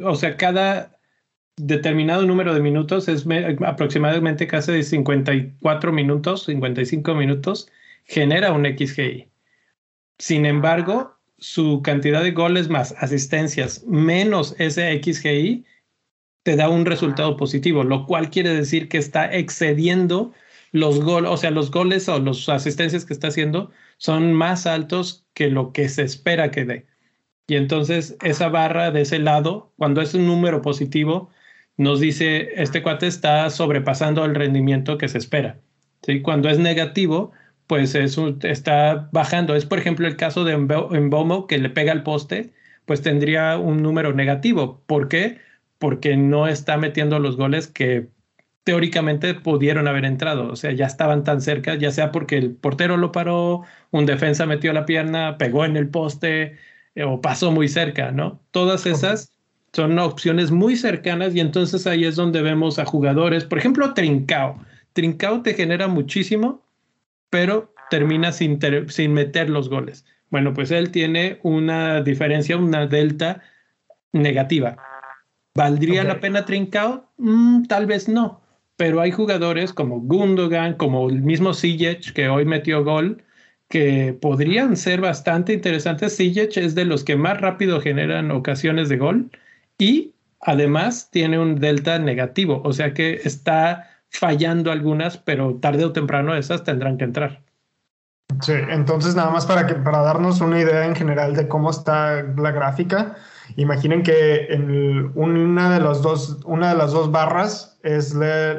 cada determinado número de minutos, es aproximadamente casi de 54 minutos, 55 minutos, genera un XGI. Sin embargo, su cantidad de goles más asistencias menos ese XGI te da un resultado positivo, lo cual quiere decir que está excediendo los goles, o sea, los goles o las asistencias que está haciendo son más altos que lo que se espera que dé. Y entonces esa barra de ese lado, cuando es un número positivo, nos dice, este cuate está sobrepasando el rendimiento que se espera. ¿Sí? Cuando es negativo, pues está bajando. Es, por ejemplo, el caso de Mbeumo, que le pega al poste, pues tendría un número negativo. ¿Por qué? Porque no está metiendo los goles que teóricamente pudieron haber entrado. O sea, ya estaban tan cerca, ya sea porque el portero lo paró, un defensa metió la pierna, pegó en el poste o pasó muy cerca, ¿no? Todas esas son opciones muy cercanas y entonces ahí es donde vemos a jugadores, por ejemplo, Trincao. Trincao te genera muchísimo, pero termina sin meter los goles. Bueno, pues él tiene una diferencia, una delta negativa. ¿Valdría la pena Trincao? Tal vez no, pero hay jugadores como Gundogan, como el mismo Ziyech, que hoy metió gol, que podrían ser bastante interesantes. Ziyech es de los que más rápido generan ocasiones de gol y además tiene un delta negativo, o sea que está fallando algunas, pero tarde o temprano esas tendrán que entrar. Sí, entonces nada más para darnos una idea en general de cómo está la gráfica, imaginen que una de las dos barras es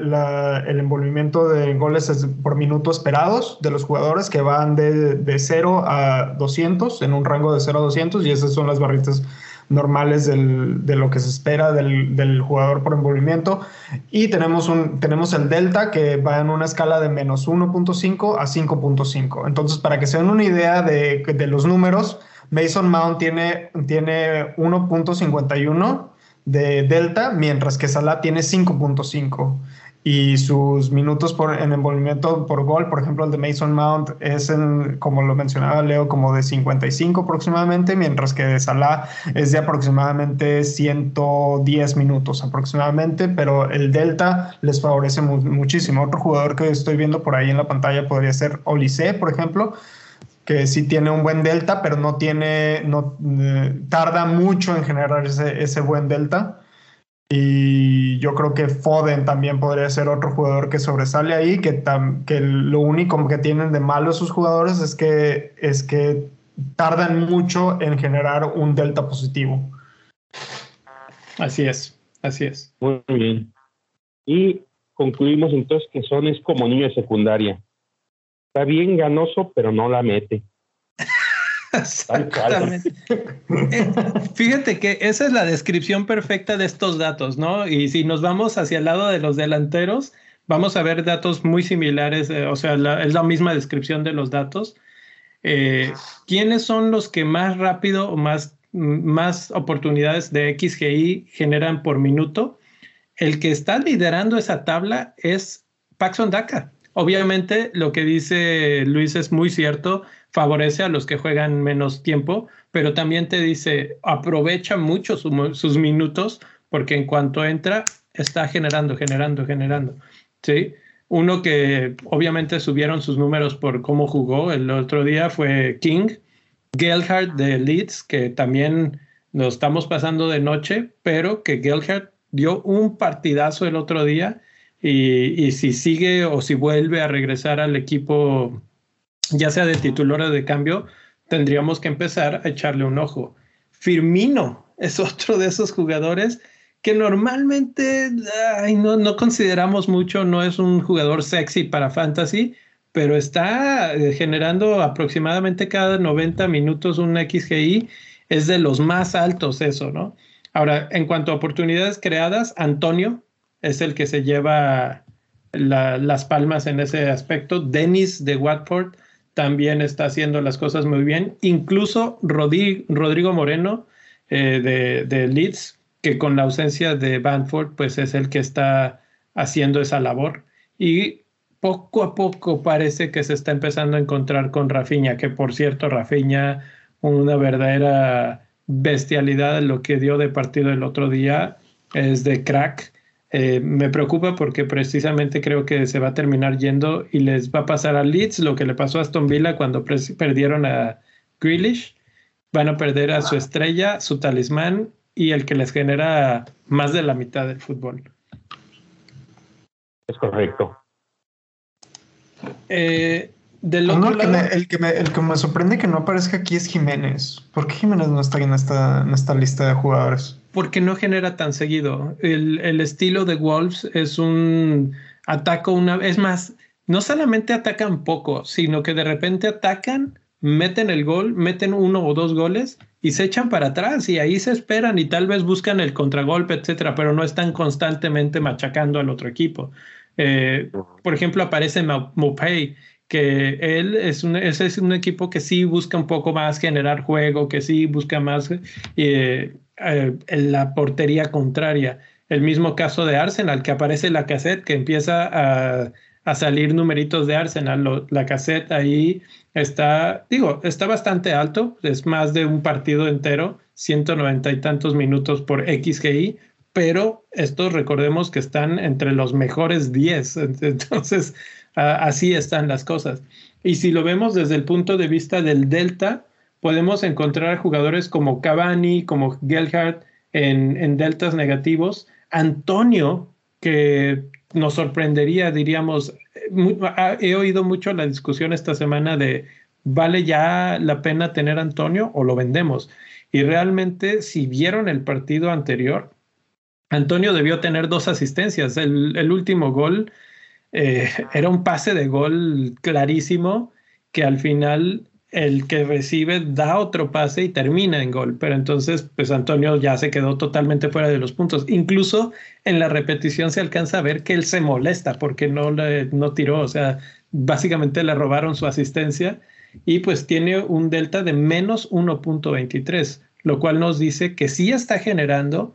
el envolvimiento de goles por minuto esperados de los jugadores, que van de 0 a 200, en un rango de 0 a 200, y esas son las barritas normales de lo que se espera del jugador por envolvimiento. Y tenemos el delta, que va en una escala de menos 1.5 a 5.5. Entonces, para que se den una idea de los números, Mason Mount tiene 1.51 de delta, mientras que Salah tiene 5.5. Y sus minutos en envolvimiento por gol, por ejemplo, el de Mason Mount es, como lo mencionaba Leo, como de 55 aproximadamente, mientras que de Salah es de aproximadamente 110 minutos aproximadamente, pero el delta les favorece muchísimo. Otro jugador que estoy viendo por ahí en la pantalla podría ser Olise, por ejemplo, que sí tiene un buen delta, pero tarda mucho en generar ese buen delta. Y yo creo que Foden también podría ser otro jugador que sobresale ahí, que lo único que tienen de malo esos jugadores es que tardan mucho en generar un delta positivo. Así es. Muy bien. Y concluimos entonces que Son es como niño de secundaria. Está bien ganoso, pero no la mete. Exactamente. Fíjate que esa es la descripción perfecta de estos datos, ¿no? Y si nos vamos hacia el lado de los delanteros, vamos a ver datos muy similares, o sea, es la misma descripción de los datos. ¿Quiénes son los que más rápido o más oportunidades de XGI generan por minuto? El que está liderando esa tabla es Paxson Daka. Obviamente lo que dice Luis es muy cierto, favorece a los que juegan menos tiempo, pero también te dice, aprovecha mucho sus minutos, porque en cuanto entra, está generando, ¿sí? Uno que obviamente subieron sus números por cómo jugó el otro día fue King, Gelhardt de Leeds, que también nos estamos pasando de noche, pero que Gelhardt dio un partidazo el otro día, y si sigue o si vuelve a regresar al equipo, ya sea de titular o de cambio, tendríamos que empezar a echarle un ojo. Firmino es otro de esos jugadores que normalmente no consideramos mucho, no es un jugador sexy para fantasy, pero está generando aproximadamente cada 90 minutos un XGI, es de los más altos eso, ¿no? Ahora, en cuanto a oportunidades creadas, Antonio es el que se lleva las palmas en ese aspecto. Dennis de Watford también está haciendo las cosas muy bien. Incluso Rodrigo Moreno de Leeds, que con la ausencia de Bamford, pues es el que está haciendo esa labor. Y poco a poco parece que se está empezando a encontrar con Rafinha, que por cierto, Rafinha, una verdadera bestialidad lo que dio de partido el otro día, es de crack. Me preocupa porque precisamente creo que se va a terminar yendo y les va a pasar a Leeds lo que le pasó a Aston Villa cuando perdieron a Grealish. Van a perder a su estrella, su talismán y el que les genera más de la mitad del fútbol. Es correcto. Del otro lado, el que me sorprende que no aparezca aquí es Jiménez. ¿Por qué Jiménez no está en esta lista de jugadores? Porque no genera tan seguido. El estilo de Wolves es un ataco es más, no solamente atacan poco, sino que de repente atacan, meten el gol, meten 1 o 2 goles y se echan para atrás y ahí se esperan y tal vez buscan el contragolpe, etcétera, pero no están constantemente machacando al otro equipo. Por ejemplo, aparece Maupay, que él es un equipo que sí busca un poco más generar juego, que sí busca más en la portería contraria. El mismo caso de Arsenal, que aparece Lacazette, que empieza a salir numeritos de Arsenal. Lacazette ahí está bastante alto, es más de un partido entero, 190 y tantos minutos por XGI, pero estos recordemos que están entre los mejores 10, entonces así están las cosas. Y si lo vemos desde el punto de vista del delta, podemos encontrar jugadores como Cavani, como Gelhardt en deltas negativos. Antonio, que nos sorprendería, diríamos, he oído mucho la discusión esta semana de ¿vale ya la pena tener a Antonio o lo vendemos? Y realmente, si vieron el partido anterior, Antonio debió tener 2 asistencias. El último gol era un pase de gol clarísimo que al final el que recibe da otro pase y termina en gol, pero entonces pues Antonio ya se quedó totalmente fuera de los puntos. Incluso en la repetición se alcanza a ver que él se molesta porque no tiró, o sea, básicamente le robaron su asistencia y pues tiene un delta de menos 1.23, lo cual nos dice que sí está generando,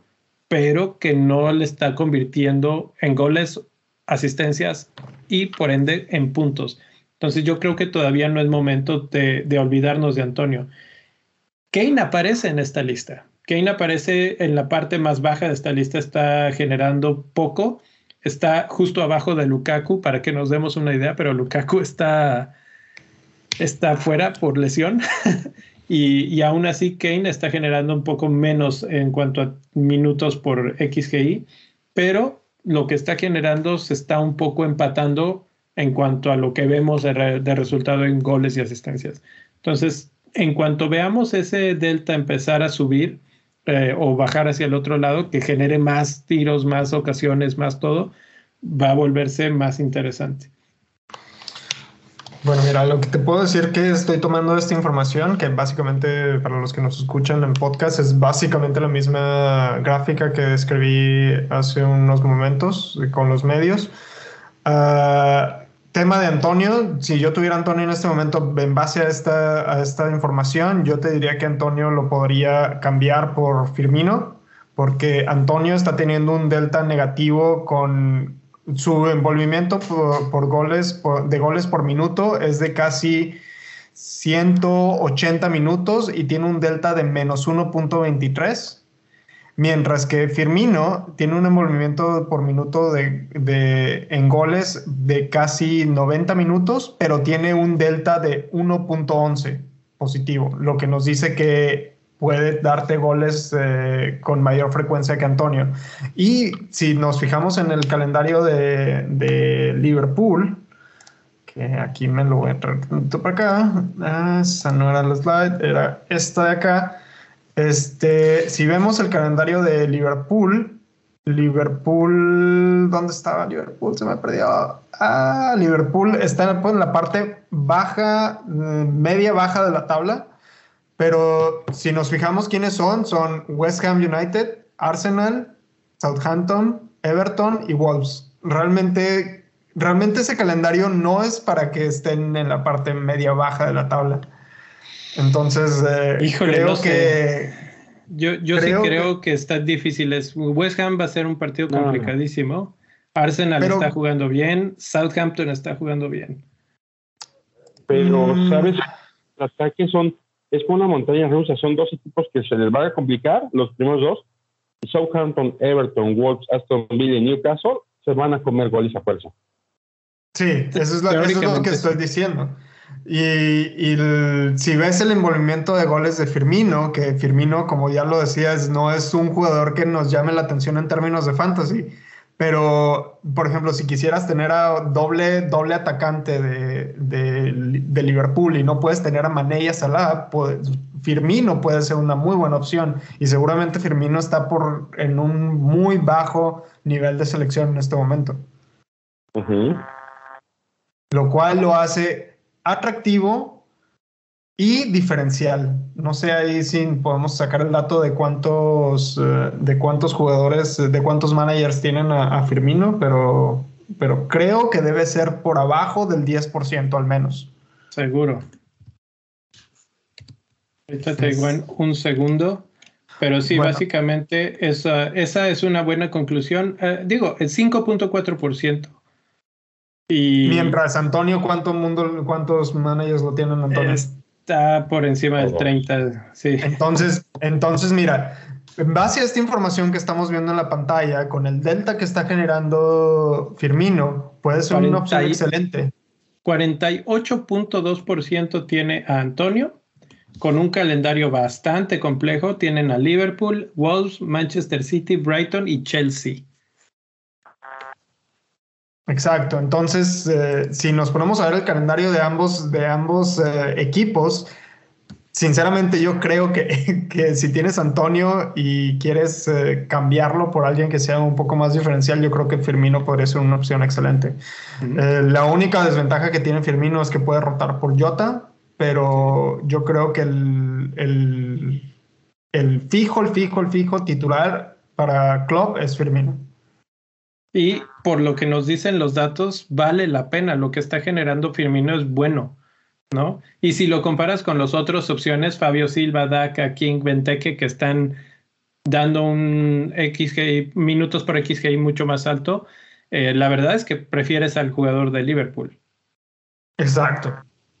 pero que no le está convirtiendo en goles, asistencias y por ende en puntos. Entonces yo creo que todavía no es momento de olvidarnos de Antonio. Kane aparece en esta lista. Kane aparece en la parte más baja de esta lista, está generando poco, está justo abajo de Lukaku, para que nos demos una idea, pero Lukaku está fuera por lesión y aún así Kane está generando un poco menos en cuanto a minutos por XGI, pero lo que está generando se está un poco empatando en cuanto a lo que vemos de resultado en goles y asistencias. Entonces, en cuanto veamos ese delta empezar a subir o bajar hacia el otro lado, que genere más tiros, más ocasiones, más todo, va a volverse más interesante. Bueno, mira, lo que te puedo decir que estoy tomando esta información, que básicamente para los que nos escuchan en podcast es básicamente la misma gráfica que describí hace unos momentos con los medios. Tema de Antonio, si yo tuviera Antonio en este momento, en base a esta información, yo te diría que Antonio lo podría cambiar por Firmino, porque Antonio está teniendo un delta negativo con su envolvimiento por goles, de goles por minuto es de casi 180 minutos y tiene un delta de menos 1.23. Mientras que Firmino tiene un envolvimiento por minuto en goles de casi 90 minutos, pero tiene un delta de 1.11 positivo, lo que nos dice que puede darte goles con mayor frecuencia que Antonio. Y si nos fijamos en el calendario de Liverpool, que aquí me lo voy a traer para acá, esa no era la slide, era esta de acá. Si vemos el calendario de Liverpool, ¿dónde estaba Liverpool? Se me perdió. Liverpool está en la parte baja, media baja de la tabla, pero si nos fijamos quiénes son West Ham United, Arsenal, Southampton, Everton y Wolves. Realmente ese calendario no es para que estén en la parte media baja de la tabla. Entonces, híjole, creo no sé. que... Yo sí creo que está difícil. West Ham va a ser un partido complicadísimo. Arsenal está jugando bien. Southampton está jugando bien. Pero, ¿sabes? Los ataques es como una montaña rusa. Son dos equipos que se les va a complicar, los primeros dos. Southampton, Everton, Wolves, Aston Villa y Newcastle se van a comer goles a fuerza. Sí, eso es lo que estoy diciendo. Y si ves el envolvimiento de goles de Firmino, que Firmino, como ya lo decías, no es un jugador que nos llame la atención en términos de fantasy, pero, por ejemplo, si quisieras tener a doble atacante de Liverpool y no puedes tener a Mané y a Salah, Firmino puede ser una muy buena opción, y seguramente Firmino está en un muy bajo nivel de selección en este momento. Uh-huh. Lo cual lo hace atractivo y diferencial. No sé ahí si podemos sacar el dato de cuántos jugadores, de cuántos managers tienen a Firmino, pero creo que debe ser por abajo del 10% al menos. Seguro. Ahorita te digo en un segundo, pero sí, bueno, básicamente esa es una buena conclusión. El 5.4%. Y mientras Antonio, ¿cuántos managers lo tienen, Antonio? Está por encima del 30, sí. Entonces, mira, en base a esta información que estamos viendo en la pantalla, con el delta que está generando Firmino, puede ser una opción excelente. 48.2% tiene a Antonio, con un calendario bastante complejo. Tienen a Liverpool, Wolves, Manchester City, Brighton y Chelsea. Exacto, entonces si nos ponemos a ver el calendario de ambos equipos, sinceramente yo creo que si tienes a Antonio y quieres cambiarlo por alguien que sea un poco más diferencial, yo creo que Firmino podría ser una opción excelente. Uh-huh. La única desventaja que tiene Firmino es que puede rotar por Jota, pero yo creo que el fijo titular para Klopp es Firmino. Y por lo que nos dicen los datos, vale la pena. Lo que está generando Firmino es bueno, ¿no? Y si lo comparas con las otras opciones, Fabio Silva, Daka, King, Benteke, que están dando un XGI, minutos por XGI mucho más alto, la verdad es que prefieres al jugador de Liverpool. Exacto.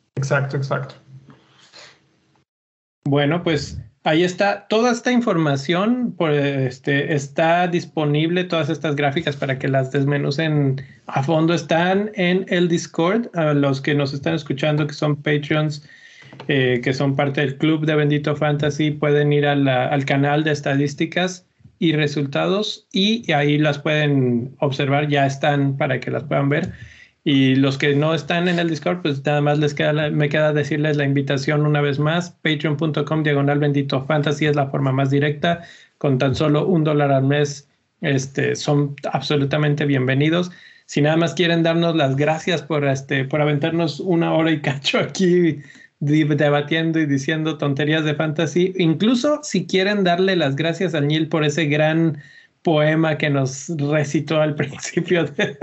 Bueno, pues ahí está. Toda esta información está disponible, todas estas gráficas para que las desmenucen a fondo. Están en el Discord. A los que nos están escuchando, que son Patreons, que son parte del club de Bendito Fantasy, pueden ir al canal de estadísticas y resultados y ahí las pueden observar. Ya están para que las puedan ver. Y los que no están en el Discord, pues nada más me queda decirles la invitación una vez más. Patreon.com/Bendito Fantasy es la forma más directa. Con tan solo $1 al mes son absolutamente bienvenidos. Si nada más quieren darnos las gracias por aventarnos 1 hora y cacho aquí debatiendo y diciendo tonterías de fantasy, incluso si quieren darle las gracias a Neil por ese gran poema que nos recitó al principio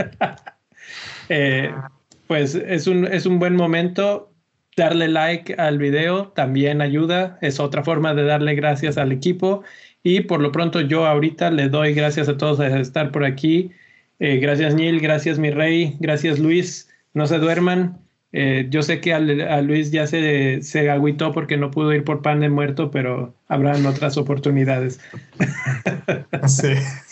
pues es un buen momento. Darle like al video también ayuda, es otra forma de darle gracias al equipo. Y por lo pronto yo ahorita le doy gracias a todos por estar por aquí. Gracias Neil, gracias mi rey, gracias Luis, no se duerman. Yo sé que a Luis ya se agüitó porque no pudo ir por pan de muerto, pero habrán otras oportunidades. Así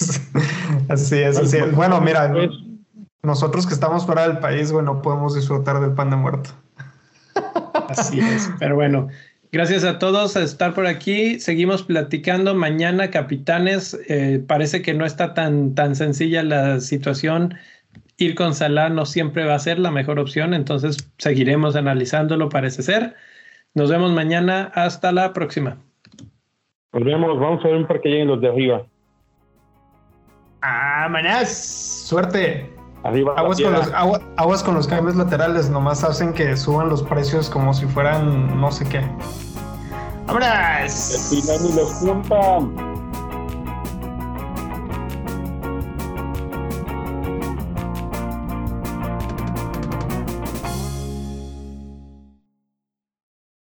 es. Bueno, mira, nosotros que estamos fuera del país, bueno, podemos disfrutar del pan de muerto. Así es. Pero bueno, gracias a todos a estar por aquí. Seguimos platicando mañana, capitanes. Parece que no está tan sencilla la situación. Ir con Salah no siempre va a ser la mejor opción, entonces seguiremos analizándolo, parece ser. Nos vemos mañana. Hasta la próxima. Nos vemos. Vamos a ver para que lleguen los de arriba. Mañana. Suerte. Arriba, aguas con los cambios laterales, nomás hacen que suban los precios como si fueran no sé qué. ¡Vámonos! El final ni los juntan.